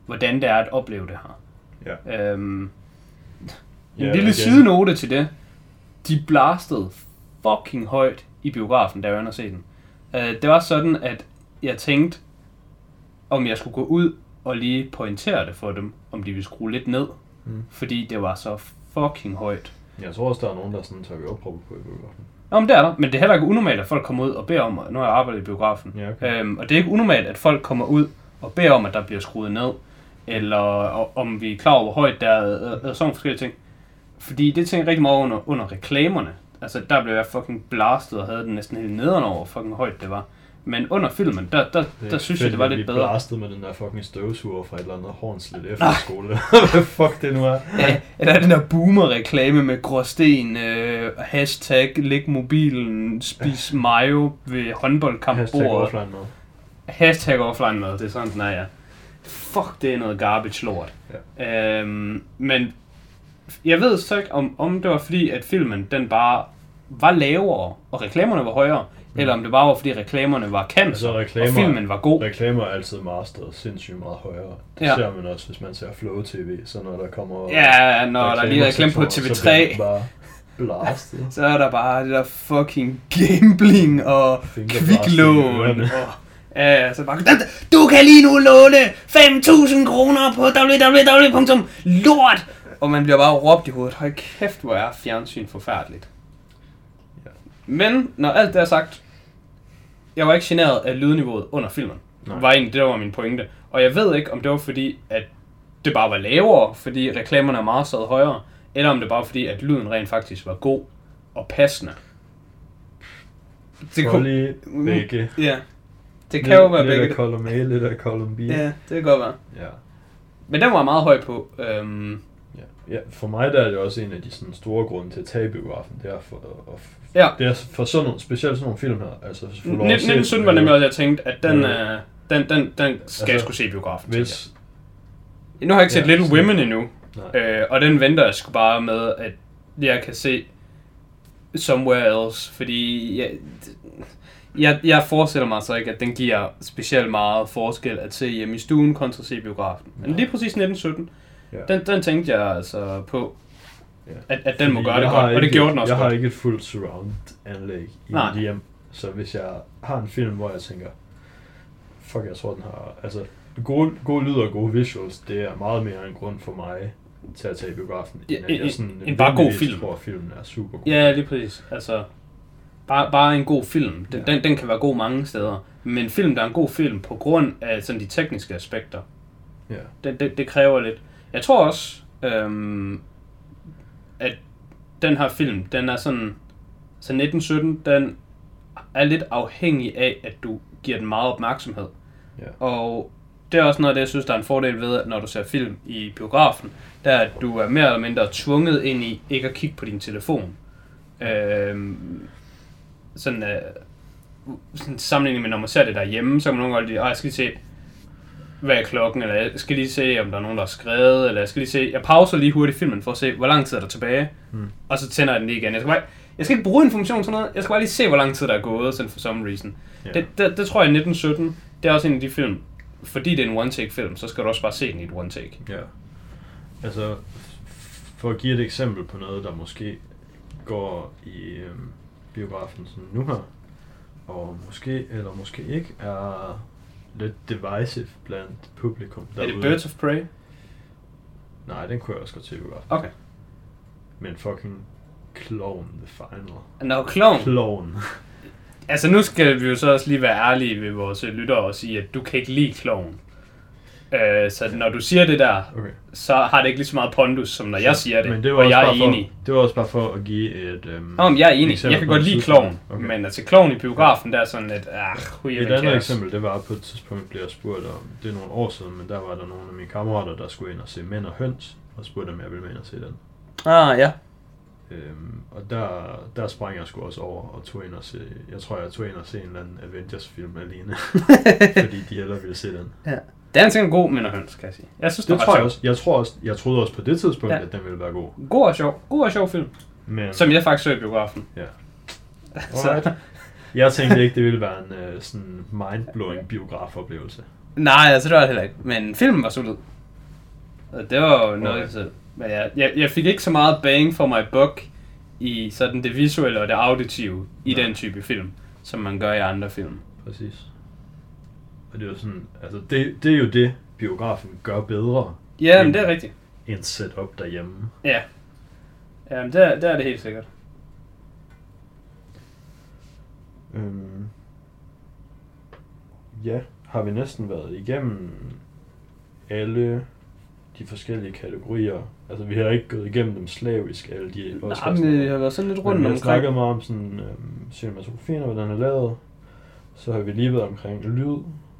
hvordan det er at opleve det her.
Ja.
Øhm, en
Ja,
lille
igen.
sidenote til det. De blastede fucking højt i biografen, da jeg var inde og se den. Uh, det var sådan, at jeg tænkte, om jeg skulle gå ud og lige pointere det for dem, om de ville skrue lidt ned.
Mm.
Fordi det var så fucking højt.
Jeg tror også, der er nogen, der sådan tager opråb på i biografen.
Nå, men det er der. Men det er heller ikke unormalt, at folk kommer ud og beder om, når jeg arbejder i biografen.
Ja, okay.
Øhm, og det er ikke unormalt, at folk kommer ud og beder om, at der bliver skruet ned. Eller og, om vi er klar over, hvor højt der er, er, er sådan forskellige ting. Fordi det tænker jeg rigtig meget under, under reklamerne. Altså, der blev jeg fucking blastet og havde den næsten helt nederen over, fucking højt det var. Men under filmen, der, der, der synes jeg, det var lidt bedre.
Vi blastet med den der fucking støvsuger fra et eller andet hornslet efterskole. Hvad fuck det nu er?
Ja, eller den der boomer-reklame med gråsten, øh, hashtag læg mobilen, spis mayo ved håndboldkampbordet.
Hashtag offline mad.
Hashtag offline mad, det er sådan, den er, ja. Fuck, det er noget garbage lort. Ja. Øhm, men jeg ved så ikke, om, om det var fordi, at filmen den bare var lavere, og reklamerne var højere, mm. eller om det bare var fordi, reklamerne var cancer, altså, reklamer, og filmen var god.
Reklamer er altid masteret sindssygt meget højere. Det ja. ser man også, hvis man ser Flow T V, så når der kommer...
Ja, når der lige er reklame på T V tre,
bare blastet.
Så er der bare det der fucking gambling og kviklån. Ja, så bare, du kan lige nu låne fem tusind kroner på w w w punktum lort. Og man bliver bare råbt i hovedet. Hold kæft, hvor er fjernsyn forfærdeligt. Ja. Men, når alt det er sagt, jeg var ikke generet af lydniveauet under filmen. Det var egentlig det, der var min pointe. Og jeg ved ikke, om det var fordi, at det bare var lavere, fordi reklamerne er meget stadig højere, eller om det bare var fordi, at lyden rent faktisk var god og passende.
Det kunne lige begge.
Ja. Det kan jo være
lidt
begge.
Lidt af column A, lidt af column B.
Ja, det kan godt være.
Ja.
Men den var meget høj på. Øhm...
Ja. Ja, for mig der er det også en af de sådan, store grunde til at tage biografen. Det er for, og,
ja.
det er for sådan nogle, specielt sådan nogle film her. Altså,
nitten sytten var nemlig også, jeg tænkte, at den, ja. øh, den, den, den skal altså, jeg skulle se i biografen. Hvis... Nu har jeg ikke set ja, Little Women endnu. Øh, og den venter jeg sgu bare med, at jeg kan se Somewhere Else. Fordi jeg... Jeg, jeg forestiller mig så ikke, at den giver specielt meget forskel at se hjemme i stuen kontra se i biografen. Men lige præcis nitten sytten, ja. den, den tænkte jeg altså på, ja. at, at den Fordi må gøre det godt, og det gjorde den også
Jeg
godt.
har ikke et fuldt surround-anlæg i mit hjem, så hvis jeg har en film, hvor jeg tænker, fuck, jeg tror den har, altså gode, gode lyd og gode visuals, det er meget mere en grund for mig til at tage i biografen,
ja,
end at jeg sådan
en, en bare god film.
tror, filmen er super god.
Ja, lige præcis. Altså... Bare, bare en god film. Den, ja. den, den kan være god mange steder. Men en film, der er en god film på grund af sådan de tekniske aspekter.
Ja.
Det, det, det kræver lidt. Jeg tror også, øhm, at den her film, den er sådan... Så nitten sytten, den er lidt afhængig af, at du giver den meget opmærksomhed.
Ja.
Og det er også noget af det, jeg synes, der er en fordel ved, at når du ser film i biografen, der er, at du er mere eller mindre tvunget ind i ikke at kigge på din telefon. Øhm, sådan, øh, sådan sammenligning med, når man ser det derhjemme, så kan man nogle gange lige, jeg skal lige se, hvad er klokken, eller jeg skal lige se, om der er nogen, der har skrevet, eller jeg skal lige se, jeg pauser lige hurtigt filmen for at se, hvor lang tid er der tilbage, hmm. og så tænder jeg den lige igen. Jeg skal, bare, jeg skal ikke bruge information sådan noget, jeg skal bare lige se, hvor lang tid der er gået, sådan for some reason. Yeah. Det, det, det tror jeg i nitten sytten, det er også en af de film, fordi det er en one-take-film, så skal du også bare se den i et one-take.
Ja, altså, for at give et eksempel på noget, der måske går i øhm, biografen sådan nu her, og måske eller måske ikke er lidt divisive blandt publikum derude.
Er det Birds of Prey?
Nej, den kunne jeg også godt til i biografen.
Okay.
Men fucking Clown The Final.
Nå, Clown?
Clown.
Altså nu skal vi jo så også lige være ærlige ved vores lyttere og sige, at du kan ikke lide Clown. Uh, så når du siger det der, okay. så har det ikke lige så meget pondus, som når jeg siger det,
men det var
og jeg er
for,
enig.
Det var også bare for at give et... Um,
Nå, men jeg er enig. Jeg kan godt lide Clown, okay. Men altså Clown i biografen, der er sådan lidt... Ah,
et andet eksempel, det var på et tidspunkt, blev jeg spurgt om, det er nogle år siden, men der var der nogle af mine kammerater, der skulle ind og se Mænd og Høns, og spurgte, om jeg ville med ind og se den.
Ah, ja.
Øhm, og der, der sprang jeg sgu også over og tog ind og se, jeg tror jeg tog ind og se en eller anden Avengers-film alene, fordi de hellere ville se den.
Ja. Det er en ting god Mænd og Høns, kan jeg sige. Jeg synes, det,
det tror jeg også. Jeg tror også, jeg troede også på det tidspunkt, ja. At den ville være god.
God og sjov. God og sjov film.
Men,
som jeg faktisk så i biografen.
Ja. Så. Jeg tænkte ikke, det ville være en uh, sådan mind-blowing biografoplevelse.
Nej, altså det var det heller ikke. Men filmen var solid. Og det var jo noget,
Okay.
så, men jeg, jeg, jeg fik ikke så meget bang for my buck i sådan det visuelle og det auditive i
Nej.
den type film, som man gør i andre film.
Præcis. Og det er jo sådan, altså det, det er jo det, biografen gør bedre,
Ja, men det er rigtigt.
end setup derhjemme.
Ja. Jamen, der, der er det helt sikkert.
Øhm, ja, har vi næsten været igennem alle de forskellige kategorier. Altså, vi har ikke gået igennem dem slavisk, alle de
Nej, men vi har været sådan lidt rundt
Men vi har
omkring.
snakket meget om sådan, øhm, cinematografien og hvordan den er lavet. Så har vi lige været omkring lyd.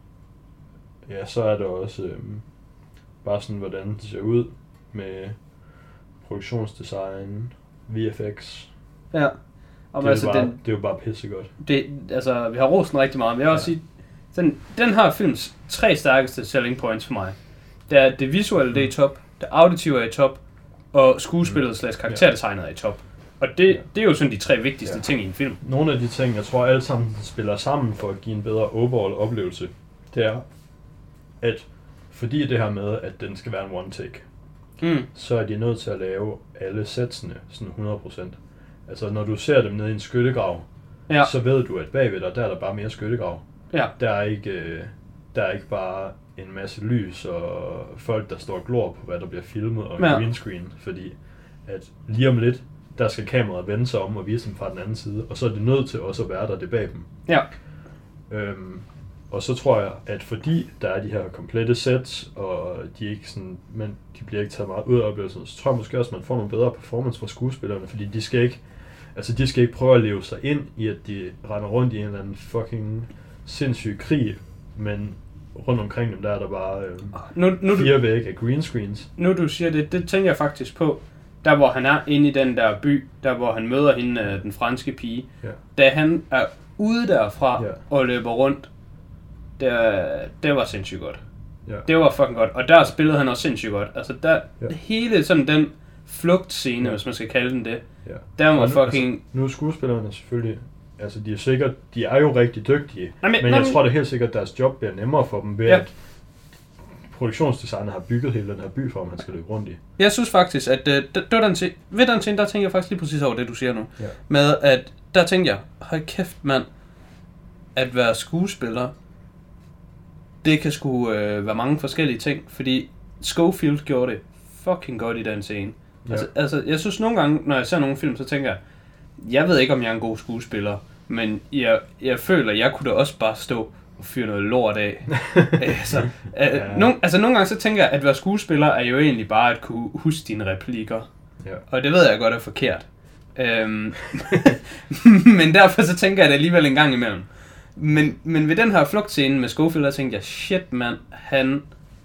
Ja, så er der også øhm, bare sådan, hvordan det ser ud med produktionsdesign, V F X.
Ja. Og
Det er,
altså,
jo bare,
den,
det er jo bare pissegodt.
det, altså, vi har rost den rigtig meget, men jeg vil også
Ja.
sige, den, den har films tre stærkeste selling points for mig. Det er det visuelle, det er i top, det auditive er i top, og skuespillet slash karakterdesignet er i top. Og det,
Ja.
det er jo sådan de tre vigtigste
Ja.
ting i en film.
Nogle af de ting, jeg tror alle sammen spiller sammen for at give en bedre overall oplevelse, det er, at fordi det her med, at den skal være en one take,
Mm.
så er de nødt til at lave alle sætsene sådan hundrede procent. Altså når du ser dem nede i en skyttegrav,
Ja.
så ved du, at bagved dig, der er der bare mere skyttegrav.
Ja.
Der er ikke, øh, der er ikke bare en masse lys og folk, der står og glor på, hvad der bliver filmet og en
Ja.
green screen, fordi at lige om lidt, der skal kameraet vende sig om og vise dem fra den anden side, og så er det nødt til også at være der det bag dem.
Ja.
Øhm, og så tror jeg, at fordi der er de her komplette sets, og de ikke sådan, men de bliver ikke taget meget ud af oplevelsen, så tror jeg måske også, at man får nogle bedre performance fra skuespillerne, fordi de skal ikke, altså de skal ikke prøve at leve sig ind i, at de render rundt i en eller anden fucking sindssyg krig, men rundt omkring dem, der er der bare øh,
Nu, nu, du,
fire vægge af green screens.
nu du siger det, det tænker jeg faktisk på, der hvor han er inde i den der by, der hvor han møder hende, øh, den franske pige,
Ja.
da han er ude derfra
Ja.
og løber rundt, det, det var sindssygt godt.
Ja.
Det var fucking godt, og der spillede han også sindssygt godt. Altså der,
Ja.
hele sådan den flugtscene,
Ja.
hvis man skal kalde den det,
Ja.
der var
Og nu-
fucking...
Altså, nu er skuespillerne selvfølgelig, altså de er sikkert, de er jo rigtig dygtige,
Nej, men-
men
nej,
jeg
men-
tror det er helt sikkert, at deres job bliver nemmere for dem ved,
Ja.
at produktionsdesigner har bygget hele den her by for, at man skal løbe rundt i.
Jeg synes faktisk, at øh, det, det var den scene, ved den scene, der tænker jeg faktisk lige præcis over det, du siger nu.
Ja.
Med at, der tænkte jeg, hold kæft mand, at være skuespiller, det kan sgu øh, være mange forskellige ting, fordi Schofield gjorde det fucking godt i den scene.
Ja.
Altså, altså, jeg synes nogle gange, når jeg ser nogle film, så tænker jeg, jeg ved ikke, om jeg er en god skuespiller, men jeg, jeg føler, jeg kunne da også bare stå og fyre noget lort af. altså, øh,
Ja.
nogle, altså, nogle gange så tænker jeg, at være skuespiller er jo egentlig bare at kunne huske dine replikker.
Ja.
Og det ved jeg godt er forkert. Øhm, men derfor så tænker jeg det alligevel en gang imellem. Men, men ved den her flugtscene med Schofield, der tænkte jeg, shit mand, han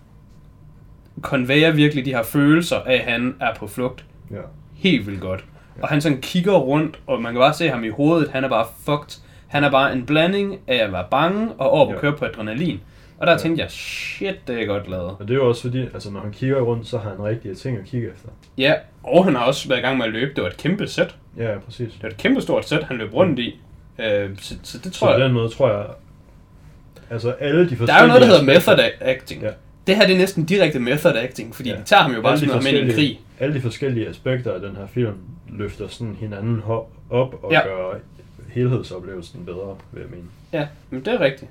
konvejer virkelig de her følelser af, at han er på flugt
Ja.
helt vildt godt. Og han sådan kigger rundt, og man kan bare se ham i hovedet, han er bare fucked. Han er bare en blanding af at være bange og over at
Ja.
køre på adrenalin. Og der
Ja.
tænkte jeg, shit, det er godt lavet.
Og det er jo også fordi, altså når han kigger rundt, så har han rigtige ting at kigge efter.
Ja, og han har også været i gang med at løbe. Det var et kæmpe sæt.
Ja, ja, præcis.
Det var et kæmpe stort sæt, han løb rundt i. Øh, så, så det
Så
tror
på
jeg...
den måde tror jeg, altså alle de forskellige...
Der er jo noget, der hedder
aspekter-
method acting.
Ja.
Det her det er næsten direkte method acting, fordi
Ja.
de tager ham jo bare
Alle de
sådan med i en
forskellige-
krig.
Alle de forskellige aspekter af den her film løfter sådan hinanden hop- op og
Ja.
ja. gør helhedsoplevelsen bedre, vil jeg mene.
Ja, men det er rigtigt.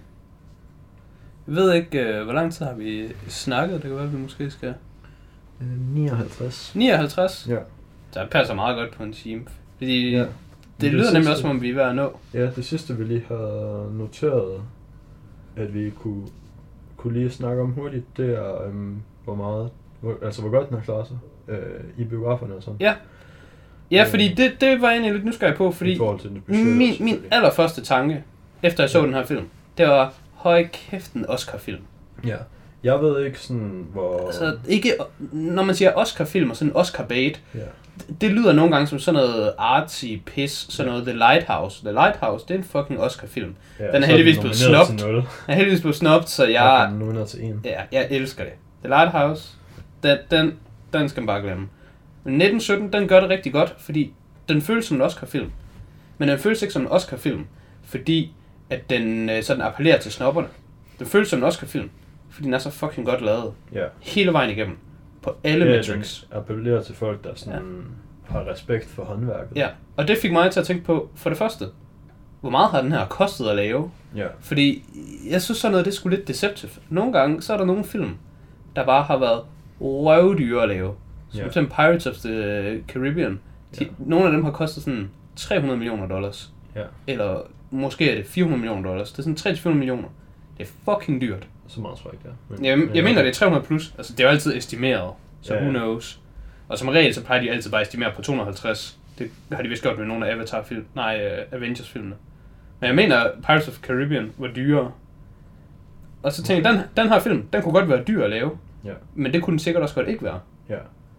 Jeg ved ikke, øh, hvor lang tid har vi snakket. Det kan være, at vi måske skal...
nioghalvtreds.
nioghalvtreds?
Ja.
Der passer meget godt på en time. Fordi
Ja.
det,
Det
lyder nemlig
sidste-
også, som om vi er ved at nå.
Ja, det sidste vi lige har noteret, at vi kunne, kunne lige snakke om hurtigt, det er, øhm, hvor meget, hvor, altså hvor godt den har klaret sig øh, i biograferne og sådan.
Ja. Ja,
Øh.
fordi det, det var jeg egentlig lidt nysgerrig på, fordi
I forhold til den budget
min,
også,
min
selvfølgelig.
allerførste tanke, efter jeg så
Ja.
den her film, det var, høj kæft en Oscar-film.
Ja. Jeg ved ikke sådan, hvor...
Altså, ikke, når man siger Oscar-film og sådan en Oscar-bait,
ja.
det, det lyder nogle gange som sådan noget artsy pis, sådan
Ja.
noget The Lighthouse. The Lighthouse, det er en fucking Oscar-film.
Ja,
Den er
så
heldigvis blevet
nomineret
snubbed.
til nul.
Jeg er heldigvis blevet snubbed, så
Jeg
jeg,
er nomineret til en.
ja, jeg elsker det. The Lighthouse, den, den, den skal man bare glemme. Men nitten sytten, den gør det rigtig godt, fordi den føles som en Oscar-film. Men den føles ikke som en Oscar-film, fordi at den øh, sådan appellerer til snobberne. Den føles som en Oscar-film, fordi den er så fucking godt lavet.
Ja.
Hele vejen igennem. på alle
ja,
metrics.
Den appellerer til folk, der sådan ja. har respekt for håndværket.
Ja, og det fik mig til at tænke på, for det første, hvor meget har den her kostet at lave?
Ja.
Fordi jeg synes sådan noget, det er sgu lidt deceptive. Nogle gange, så er der nogle film, der bare har været røvdyre at lave. Som
ja.
for eksempel Pirates of the Caribbean. De, ja. Nogle af dem har kostet sådan tre hundrede millioner dollars.
Ja.
Eller måske er det fire hundrede millioner dollars. Det er sådan tre til fire hundrede millioner. Det er fucking dyrt.
Så meget tror jeg ikke, ja. Men,
jeg,
men,
jeg mener, det er tre hundrede plus. Altså, det er jo altid estimeret. Så
ja,
who
ja.
knows. Og som regel, så plejer de altid bare at estimere på to hundrede og halvtreds. Det har de vist gjort med nogle af Avatar-film. Nej, uh, Avengers-filmene. Men jeg mener, Pirates of the Caribbean var dyrere. Og så tænkte jeg, den, den her film, den kunne godt være dyr at lave.
Ja.
Men det kunne den sikkert også godt ikke være.
Ja.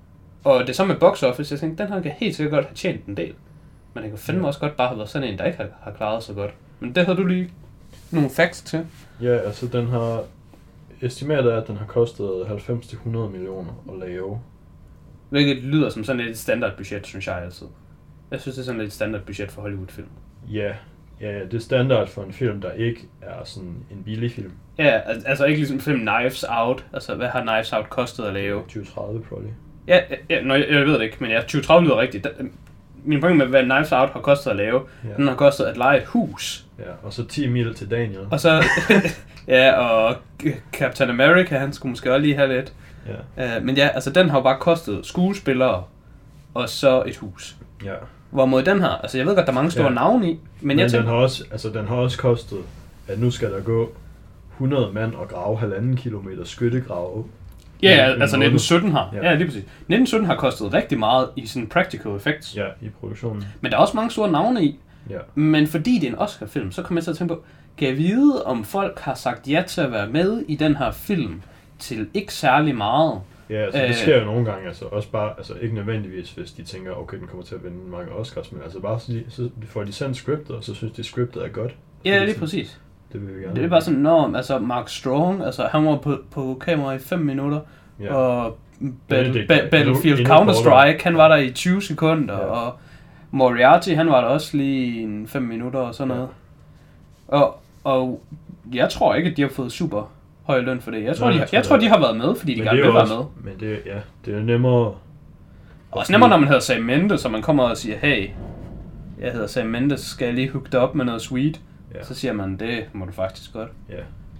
Og det samme med box office. Jeg tænkte, den her kan helt sikkert godt have tjent en del. Men den kan fandme ja. også godt bare have været sådan en, der ikke har, har klaret så godt. Men det havde du lige nogle facts til.
Ja, altså den har... Estimeret er, at den har kostet halvfems til hundrede millioner at lave.
Hvilket lyder som sådan et standardbudget, synes jeg altid. Jeg synes, det er sådan et standardbudget for Hollywood-film.
Ja, ja, det er standard for en film, der ikke er sådan en billig film.
Ja, altså ikke ligesom film Knives Out. Altså, hvad har Knives Out kostet at lave?
tyve tredive, probably.
Ja, ja nøj, jeg ved det ikke, men ja, tyve tredive lyder rigtigt. Min point med, hvad Knives Out har kostet at lave, ja. Den har kostet at lege et hus.
Ja, og så ti mil til Daniel.
Og så, ja, og Captain America, han skulle måske også lige have lidt. Ja. Uh, men ja, altså den har jo bare kostet skuespillere, og så et hus.
Ja.
Hvorimod den her, altså jeg ved godt, der er mange store ja. navne i, men,
men
jeg tænker...
den har også, altså den har også kostet, at nu skal der gå hundrede mand og grave halvanden kilometer skyttegrave.
Ja, ja, altså nitten sytten har. Ja. ja, lige præcis. nitten sytten har kostet rigtig meget i sådan practical effects.
Ja, i produktionen.
Men der er også mange store navne i.
Ja.
Men fordi det er en Oscar-film, så kommer jeg til at tænke på, kan jeg vide, om folk har sagt ja til at være med i den her film til ikke særlig meget?
Ja, altså det sker jo nogle gange, altså også bare, altså ikke nødvendigvis, hvis de tænker, okay, den kommer til at vinde mange Oscars, men altså bare så, så får de sendt scriptet, og så synes de, scriptet er godt.
Ja, lige præcis.
Det vil vi gerne.
Det er bare sådan, når altså Mark Strong, altså han var på, på kamera i fem minutter, ja. og Battle, ba- Battlefield Counter-Strike, han var der i tyve sekunder, ja. og Moriarty, han var der også lige i fem minutter og sådan noget. Ja. Og, og jeg tror ikke, at de har fået super høj løn for det. Jeg tror, Nej, de, har, jeg tror, de har været med, fordi de gerne vil være med.
Men det, ja, det er nemmere...
Også nemmere, når man hedder Sam Mendes, så man kommer og siger, hey, jeg hedder Sam Mendes, skal jeg lige hooke dig op med noget sweet? Ja. Så siger man, det må du faktisk godt.
Ja.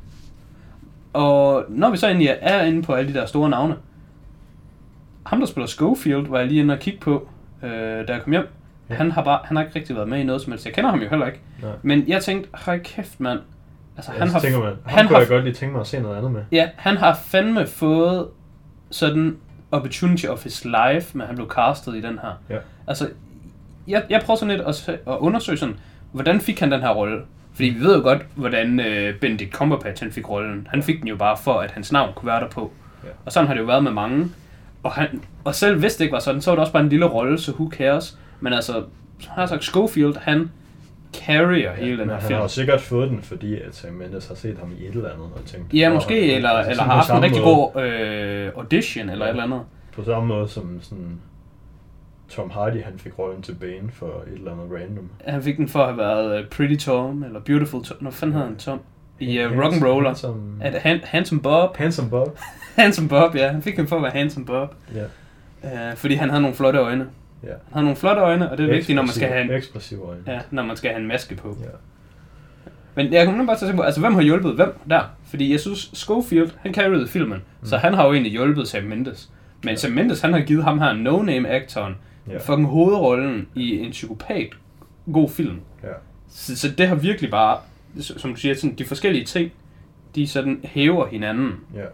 Og når vi så egentlig er inde på alle de der store navne, ham der spiller Schofield, var jeg lige inde og kigge på, øh, da jeg kom hjem. Ja. Han har bare, han har ikke rigtig været med i noget som helst. Jeg kender ham jo heller ikke. Nej. Men jeg tænkte, hold kæft mand. Altså,
ja,
han har,
tænker man, han,
han
kunne
har,
jeg godt lige tænke mig at se noget andet med.
Ja, han har fandme fået sådan opportunity of his life, men han blev castet i den her.
Ja.
Altså, jeg, jeg prøver sådan lidt at, at undersøge sådan, hvordan fik han den her rolle? Fordi vi ved jo godt, hvordan øh, Benedict Cumberbatch han fik rollen. Han fik den jo bare for, at hans navn kunne være der på. Ja. Og sådan har det jo været med mange. Og, han, og selv hvis det ikke var sådan, så var det også bare en lille rolle, så who cares? Men altså, så har jeg sagt, Schofield, han carrier ja, hele den her
han
film.
Han har sikkert fået den, fordi at Sam Mendes har set ham i et eller andet og tænkt...
Ja, måske, han, eller, altså, eller har haft en rigtig måde, god øh, audition, eller ja, et eller andet.
På samme måde som sådan... Tom Hardy, han fik rollen til Bane for et eller andet random.
Han fik den for at have været uh, Pretty Tom, eller Beautiful Tom. Nå, fanden hedder han Tom? I uh, Rock'n'Roller. Handsome... Er det Han- Handsome Bob?
Handsome Bob.
Handsome Bob, ja. Han fik den for at være Handsome Bob.
Ja.
Uh, fordi han havde nogle flotte øjne.
Ja.
Han havde nogle flotte øjne, og det er vigtigt, når man skal have en...
Ekspressive øjne.
Ja, når man skal have en maske på.
Ja.
Men jeg kunne bare tænke på, altså hvem har hjulpet hvem der? Fordi jeg synes, Schofield, han carried filmen, mm. så han har jo egentlig hjulpet Sam Mendes. Men ja. Sam Mendes, han har givet ham her no-name-actoren ja. fucking hovedrollen i en psykopat god film.
Ja.
Så, så det har virkelig bare, som du siger, sådan, de forskellige ting, de sådan hæver hinanden.
Ja.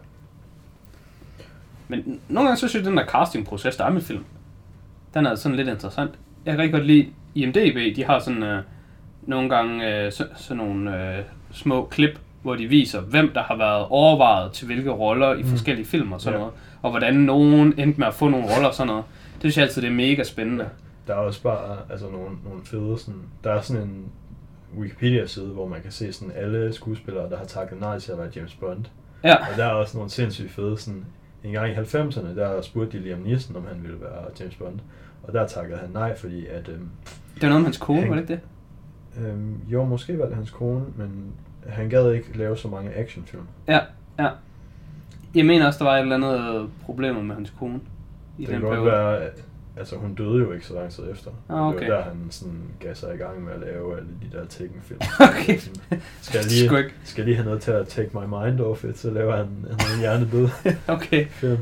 Men nogle gange så synes jeg, den der casting-proces, der er med film, den er sådan lidt interessant. Jeg kan rigtig godt lide I M D B, de har sådan øh, nogle gange øh, så, sådan nogle øh, små klip, hvor de viser, hvem der har været overvejet til hvilke roller i mm. forskellige film og sådan ja. noget. Og hvordan nogen endte med at få nogle roller og sådan noget. Det synes jeg altid, det er mega spændende.
Der er også bare altså, nogle, nogle fede sådan... Der er sådan en Wikipedia-side, hvor man kan se sådan alle skuespillere, der har takket nej til at være James Bond.
Ja.
Og der er også nogle sindssygt fede sådan... En gang i halvfemserne, der spurgte de Liam Neeson, om han ville være James Bond. Og der takkede han nej, fordi at... Øhm,
det var noget med hans kone, han, var det ikke det?
Øhm, jo, måske var det hans kone, men han gad ikke lave så mange actionfilm.
Ja, ja. Jeg mener også, der var et eller andet problemer med hans kone i
det
den
kan
periode.
godt være, altså hun døde jo ikke så lang tid efter.
Ah, okay.
Det var der, han sådan gav sig i gang med at lave alle de der Tekken-film.
Okay.
Skal jeg lige, skal jeg lige have noget til at take my mind off it, så laver han, han en hjernedød
okay.
film.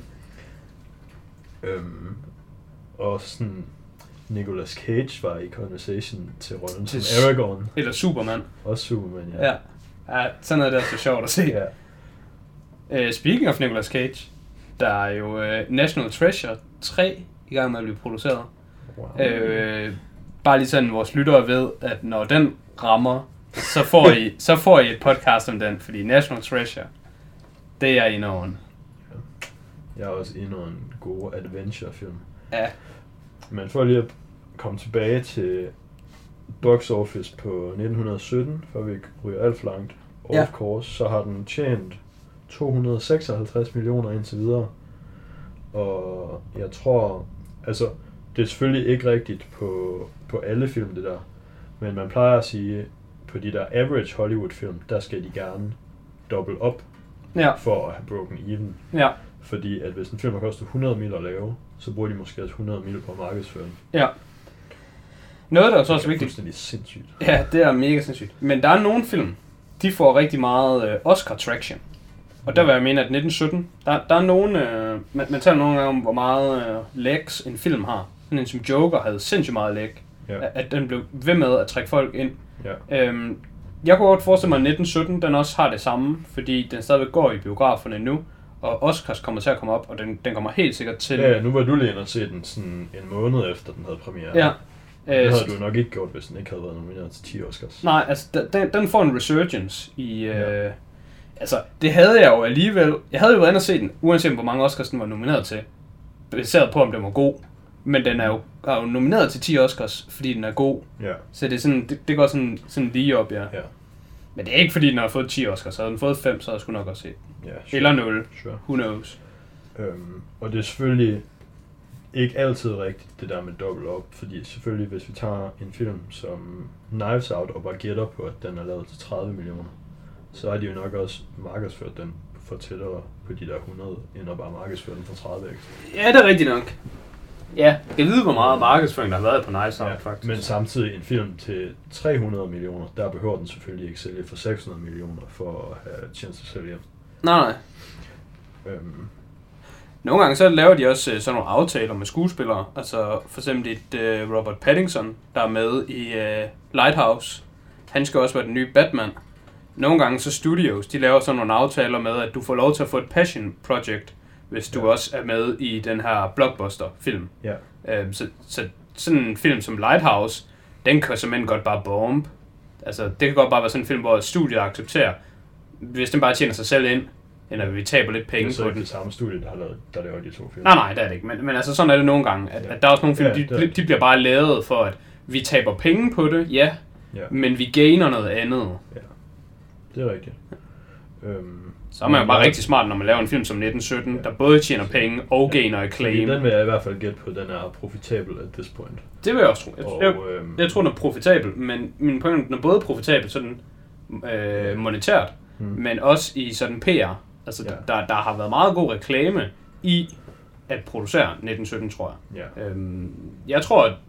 Øhm, og sådan, Nicolas Cage var i conversation til rollen som Aragorn.
Eller Superman.
Også Superman, ja.
Ja, ja sådan noget der er så sjovt at se.
Ja.
Uh, speaking of Nicolas Cage, der er jo uh, National Treasure tre i gang med at blive produceret.
Wow.
Uh, bare lige sådan, vores lyttere ved, at når den rammer, så får I, så får I et podcast om den, fordi National Treasure, det er endnu.
Jeg er også endnu en god adventure-film.
Ja.
Men for lige at komme tilbage til box office på nitten sytten, før vi ryger alt for langt,
ja.
Of course, så har den tjent to hundrede og seksoghalvtreds millioner indtil videre. Og jeg tror, altså, det er selvfølgelig ikke rigtigt på, på alle film, det der. Men man plejer at sige, på de der average Hollywood-film, der skal de gerne dobbelt op
ja.
for at have broken even.
Ja.
Fordi at hvis en film har kostet hundrede mil at lave, så bruger de måske også hundrede mil på markedsføring.
Ja. Noget, der er så også vigtigt.
Det er fuldstændig sindssygt.
Ja, det er mega sindssygt. Men der er nogle film, de får rigtig meget øh, Oscar-traction. Og der vil jeg mene, at nitten sytten, der, der er nogle, øh, man, man taler nogle gange om, hvor meget øh, legs en film har. Sådan en som Joker havde sindssygt meget leg. Ja. At, at den blev ved med at trække folk ind.
Ja.
Øhm, jeg kunne godt forestille mig, at nitten sytten, den også har det samme, fordi den stadigvæk går i biograferne nu. Og Oscars kommer til at komme op, og den, den kommer helt sikkert til...
Ja, nu var du lige inde og se den sådan en måned efter, den havde premiere.
Ja.
Det havde øh, du nok ikke gjort, hvis den ikke havde været nomineret til ti Oscars.
Nej, altså den, den får en resurgence i... Ja. Øh, altså, det havde jeg jo alligevel... Jeg havde jo været inde og se den, uanset hvor mange Oscars den var nomineret til. Baseret på, om den var god. Men den er jo, er jo nomineret til ti Oscars, fordi den er god.
Ja.
Så det, er sådan, det, det går sådan, sådan lige op, ja.
Ja.
Men det er ikke fordi, den har fået ti Oscars. Så havde den fået fem, så havde jeg sgu nok også set.
Ja, sure.
Eller nul.
Sure.
Who knows?
Øhm, og det er selvfølgelig ikke altid rigtigt, det der med dobbelt op. Fordi selvfølgelig, hvis vi tager en film som Knives Out og bare gætter på, at den er lavet til tredive millioner, så har de jo nok også markedsført den for tættere på de der hundrede, end at bare markedsføre den for tredive ekstra.
Ja, det er rigtigt nok. Ja, jeg ved, hvor meget markedsføring der har været på Knives Out, ja, faktisk.
Men samtidig en film til tre hundrede millioner, der behøver den selvfølgelig ikke sælge for seks hundrede millioner for at have tjent sig selv hjem.
Nej, nej.
Øhm.
Nogle gange så laver de også sådan nogle aftaler med skuespillere. Altså for eksempel et uh, Robert Pattinson, der er med i uh, Lighthouse. Han skal også være den nye Batman. Nogle gange så studios, de laver sådan nogle aftaler med, at du får lov til at få et passion project, hvis du ja. også er med i den her blockbuster-film.
Ja.
Øhm, så, så sådan en film som Lighthouse, den kan simpelthen godt bare bombe. Altså, det kan godt bare være sådan en film, hvor studiet accepterer, hvis den bare tjener sig selv ind, eller vi taber lidt penge på den.
Det er så ikke det samme studie, der har lavet, der laver de to film.
Nej, nej, det er det ikke. Men, men altså, sådan er det nogle gange. At, ja. at der er også nogle film, ja, de, de bliver bare lavet for, at vi taber penge på det, ja, ja. men vi gainer noget andet.
Ja, det er rigtigt. Øhm,
så er man jo bare rigtig smart, når man laver en film som nitten sytten, ja. der både tjener penge og ja. gainer acclaim.
Den vil jeg i hvert fald gætte på, den er profitabel at this point.
Det vil jeg også tro. Jeg,
og,
jeg,
øhm,
jeg tror, den er profitabel, men min pointe er, den er både profitabel sådan øh, monetært, hmm. men også i sådan P R. Altså, ja. der, der har været meget god reklame i at producere nitten sytten, tror jeg.
Ja.
Øhm, jeg tror, at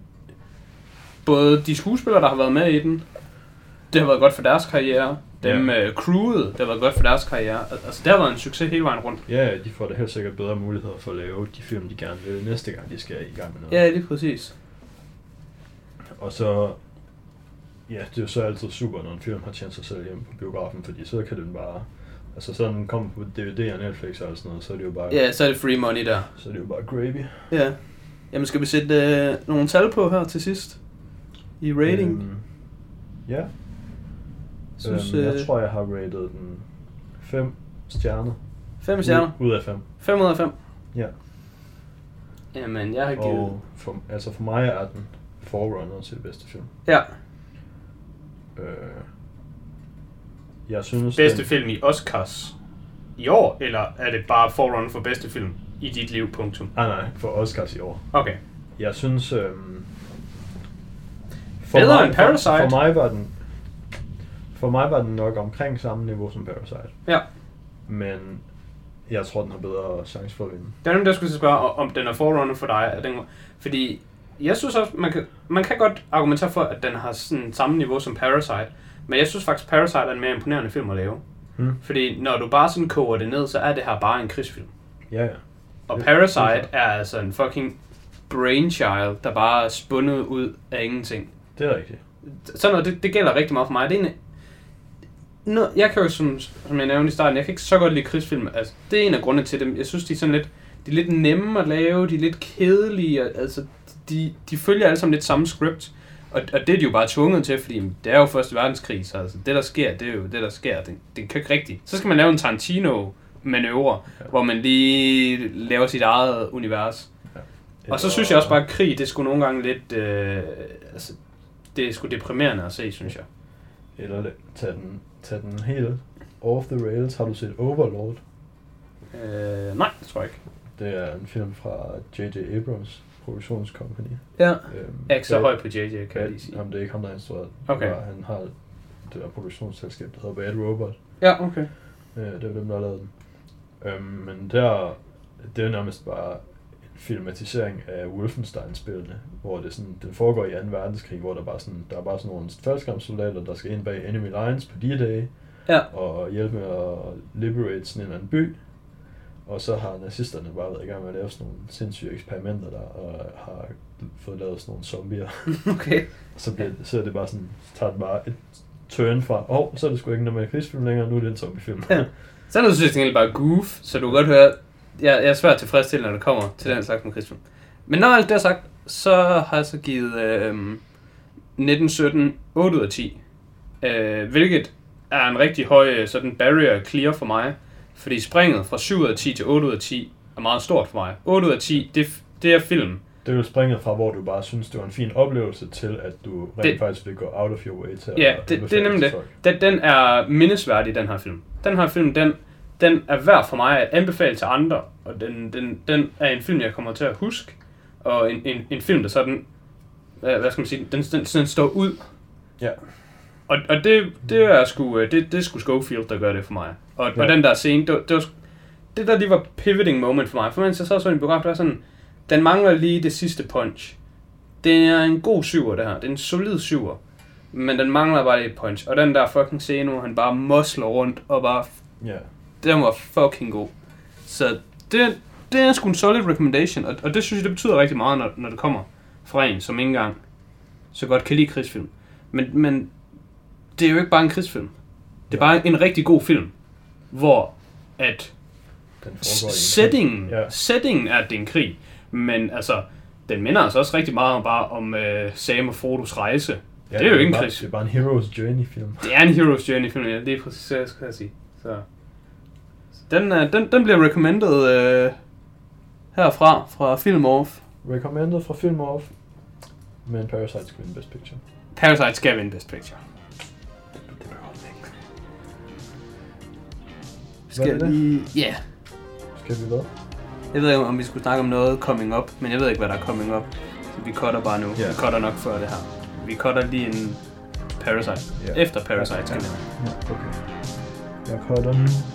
både de skuespillere, der har været med i den, det har været godt for deres karriere. Dem ja. uh, crewet, det har været godt for deres karriere. Altså, det har været en succes hele vejen rundt.
Ja, de får da helt sikkert bedre muligheder for at lave de film, de gerne vil næste gang, de skal i gang med noget.
Ja, det er præcis.
Og så, ja, det er jo så altid super, når en film har tjent sig selv hjem på biografen, fordi så kan den bare, altså så den kommer på D V D og Netflix og sådan noget, så er det jo bare...
Ja, så er det free money der.
Så er det jo bare gravy.
Ja. Jamen, skal vi sætte øh, nogle tal på her til sidst? I rating?
Øhm, ja.
Synes,
øhm, jeg
øh...
tror, jeg har rated den fem stjerner.
fem stjerner?
Ud af fem.
fem ud af fem?
Ja.
Jamen, jeg har givet...
Og for, altså for mig er den forerunner til bedste film.
Ja.
Øh, jeg synes...
Bedste
den...
film i Oscars i år, eller er det bare forerunner for bedste film i dit liv, punktum?
Ah, nej, for Oscars i år.
Okay.
Jeg synes... Øhm,
Bedre
mig,
end Parasite?
For, for mig var den... For mig var den nok omkring samme niveau som Parasite.
Ja.
Men Jeg tror, den har bedre chance for at vinde.
Det er nemlig, der skulle spørge, om den er forerunner for dig. Den, fordi jeg synes også, man kan, man kan godt argumentere for, at den har sådan samme niveau som Parasite. Men jeg synes faktisk, Parasite er en mere imponerende film at lave. Hmm. Fordi når du bare sådan koger det ned, så er det her bare en krigsfilm.
Ja, ja.
Og Parasite er altså en fucking brainchild, der bare er spundet ud af ingenting.
Det er rigtigt.
Sådan noget, det, det gælder rigtig meget for mig. Det er en, no, jeg kan jo, som, som jeg nævnte i starten, jeg kan ikke så godt lide krigsfilm. Altså, det er en af grundene til dem. Jeg synes, de er sådan lidt, de er lidt nemme at lave, de er lidt kedelige. Altså, de, de følger alle sammen lidt samme script. Og, og det er de jo bare tvunget til, fordi det er jo første verdenskrig, så altså, det der sker, det er jo det der sker. Det, det kan ikke rigtigt. Så skal man lave en Tarantino-manøvre, ja. Hvor man lige laver sit eget univers. Ja. Og så synes jeg også bare, at krig, det skulle nogle gange lidt, øh, altså, det er sgu deprimerende at se, synes jeg.
Eller tage den, tage den helt off the rails. Har du set Overlord?
Øh, nej, det tror jeg ikke.
Det er en film fra J J Abrams produktionskompagni.
Ja, øhm, jeg er ikke så høj på J J, kan bad, jeg lige sige.
Jamen, det er ikke ham, der er instrueret.
Okay.
Han har det der produktionsselskab, der hedder Bad Robot.
Ja, okay.
Øh, det er dem, der har lavet den. Øhm, men der, det er nærmest bare en filmatisering af Wolfenstein-spillene, hvor det sådan, den foregår i anden verdenskrig, hvor der bare sådan, der er bare sådan nogle førstekampssoldater, der skal ind bag enemy lines på D-Day,
ja.
Og hjælpe med at liberate sådan en eller anden by. Og så har nazisterne bare været i gang med at lave sådan nogle sindssyge eksperimenter der, og har fået lavet sådan nogle zombier.
Okay.
Så, bliver, så er det bare sådan, så tager det bare et turn fra, åh, oh, så er det sgu ikke noget med krigsfilm længere, nu er det en zombiefilm.
Ja. Så er det, synes jeg, bare goof, så du kan godt høre, jeg, jeg er svært tilfreds til, når det kommer til den slags med krigsfilm. Men når alt det er sagt, så har jeg så givet øh, nitten sytten otte ud af ti. Øh, hvilket er en rigtig høj sådan barrier clear for mig. Fordi springet fra syv ud af ti til otte ud af ti er meget stort for mig. otte ud af ti, det, det er film.
Det er jo springet fra, hvor du bare synes, det var en fin oplevelse, til at du rent det, faktisk vil gå out of your way til
ja, at det, det er nemlig det. Den, den er mindesværdig, den her film. Den her film, den, den er værd for mig at anbefale til andre. Og den, den, den er en film, jeg kommer til at huske. Og en, en, en film, der sådan, hvad skal man sige, den, den, den står ud.
Ja.
Og, og det, det er sgu, det, det er sgu Schofield, der gør det for mig. Og, ja. Og den der scene, det, det var det der lige var pivoting moment for mig. For mens jeg så sådan en biograf, der var sådan, den mangler lige det sidste punch. Det er en god syver, det her. Det er en solid syver. Men den mangler bare et punch. Og den der fucking scene, hvor han bare mosler rundt og bare...
Ja.
Den var fucking god. Så det, det er sgu en solid recommendation. Og, og det synes jeg, det betyder rigtig meget, når, når det kommer fra en, som ikke engang så godt kan lide krigsfilm. Men, men det er jo ikke bare en krigsfilm. Det er ja. bare en rigtig god film. Hvor at settingen, ja. settingen er, at det er en krig. Men altså, den minder altså også rigtig meget om bare om uh, Sam og Frodos rejse. Ja, det er jo ikke en krig.
Det er bare en Hero's Journey film.
Det er en Hero's Journey film, ja. Det er præcis, hvad skal jeg sige. Så. Den, uh, den, den bliver recommended uh, herfra, fra Film Off.
Recommended fra Film Off. Men Parasite skal vinde Best Picture.
Parasite skal vinde Best Picture. Skal vi... Ja. Yeah.
Skal vi hvad?
Jeg ved ikke, om vi skulle snakke om noget coming up, men jeg ved ikke, hvad der er coming up. Så vi cutter bare nu. Yeah. Vi cutter nok før det her. Vi cutter lige en Parasite. Yeah. Efter Parasite skal vi.
Ja, okay. Jeg cutter nu.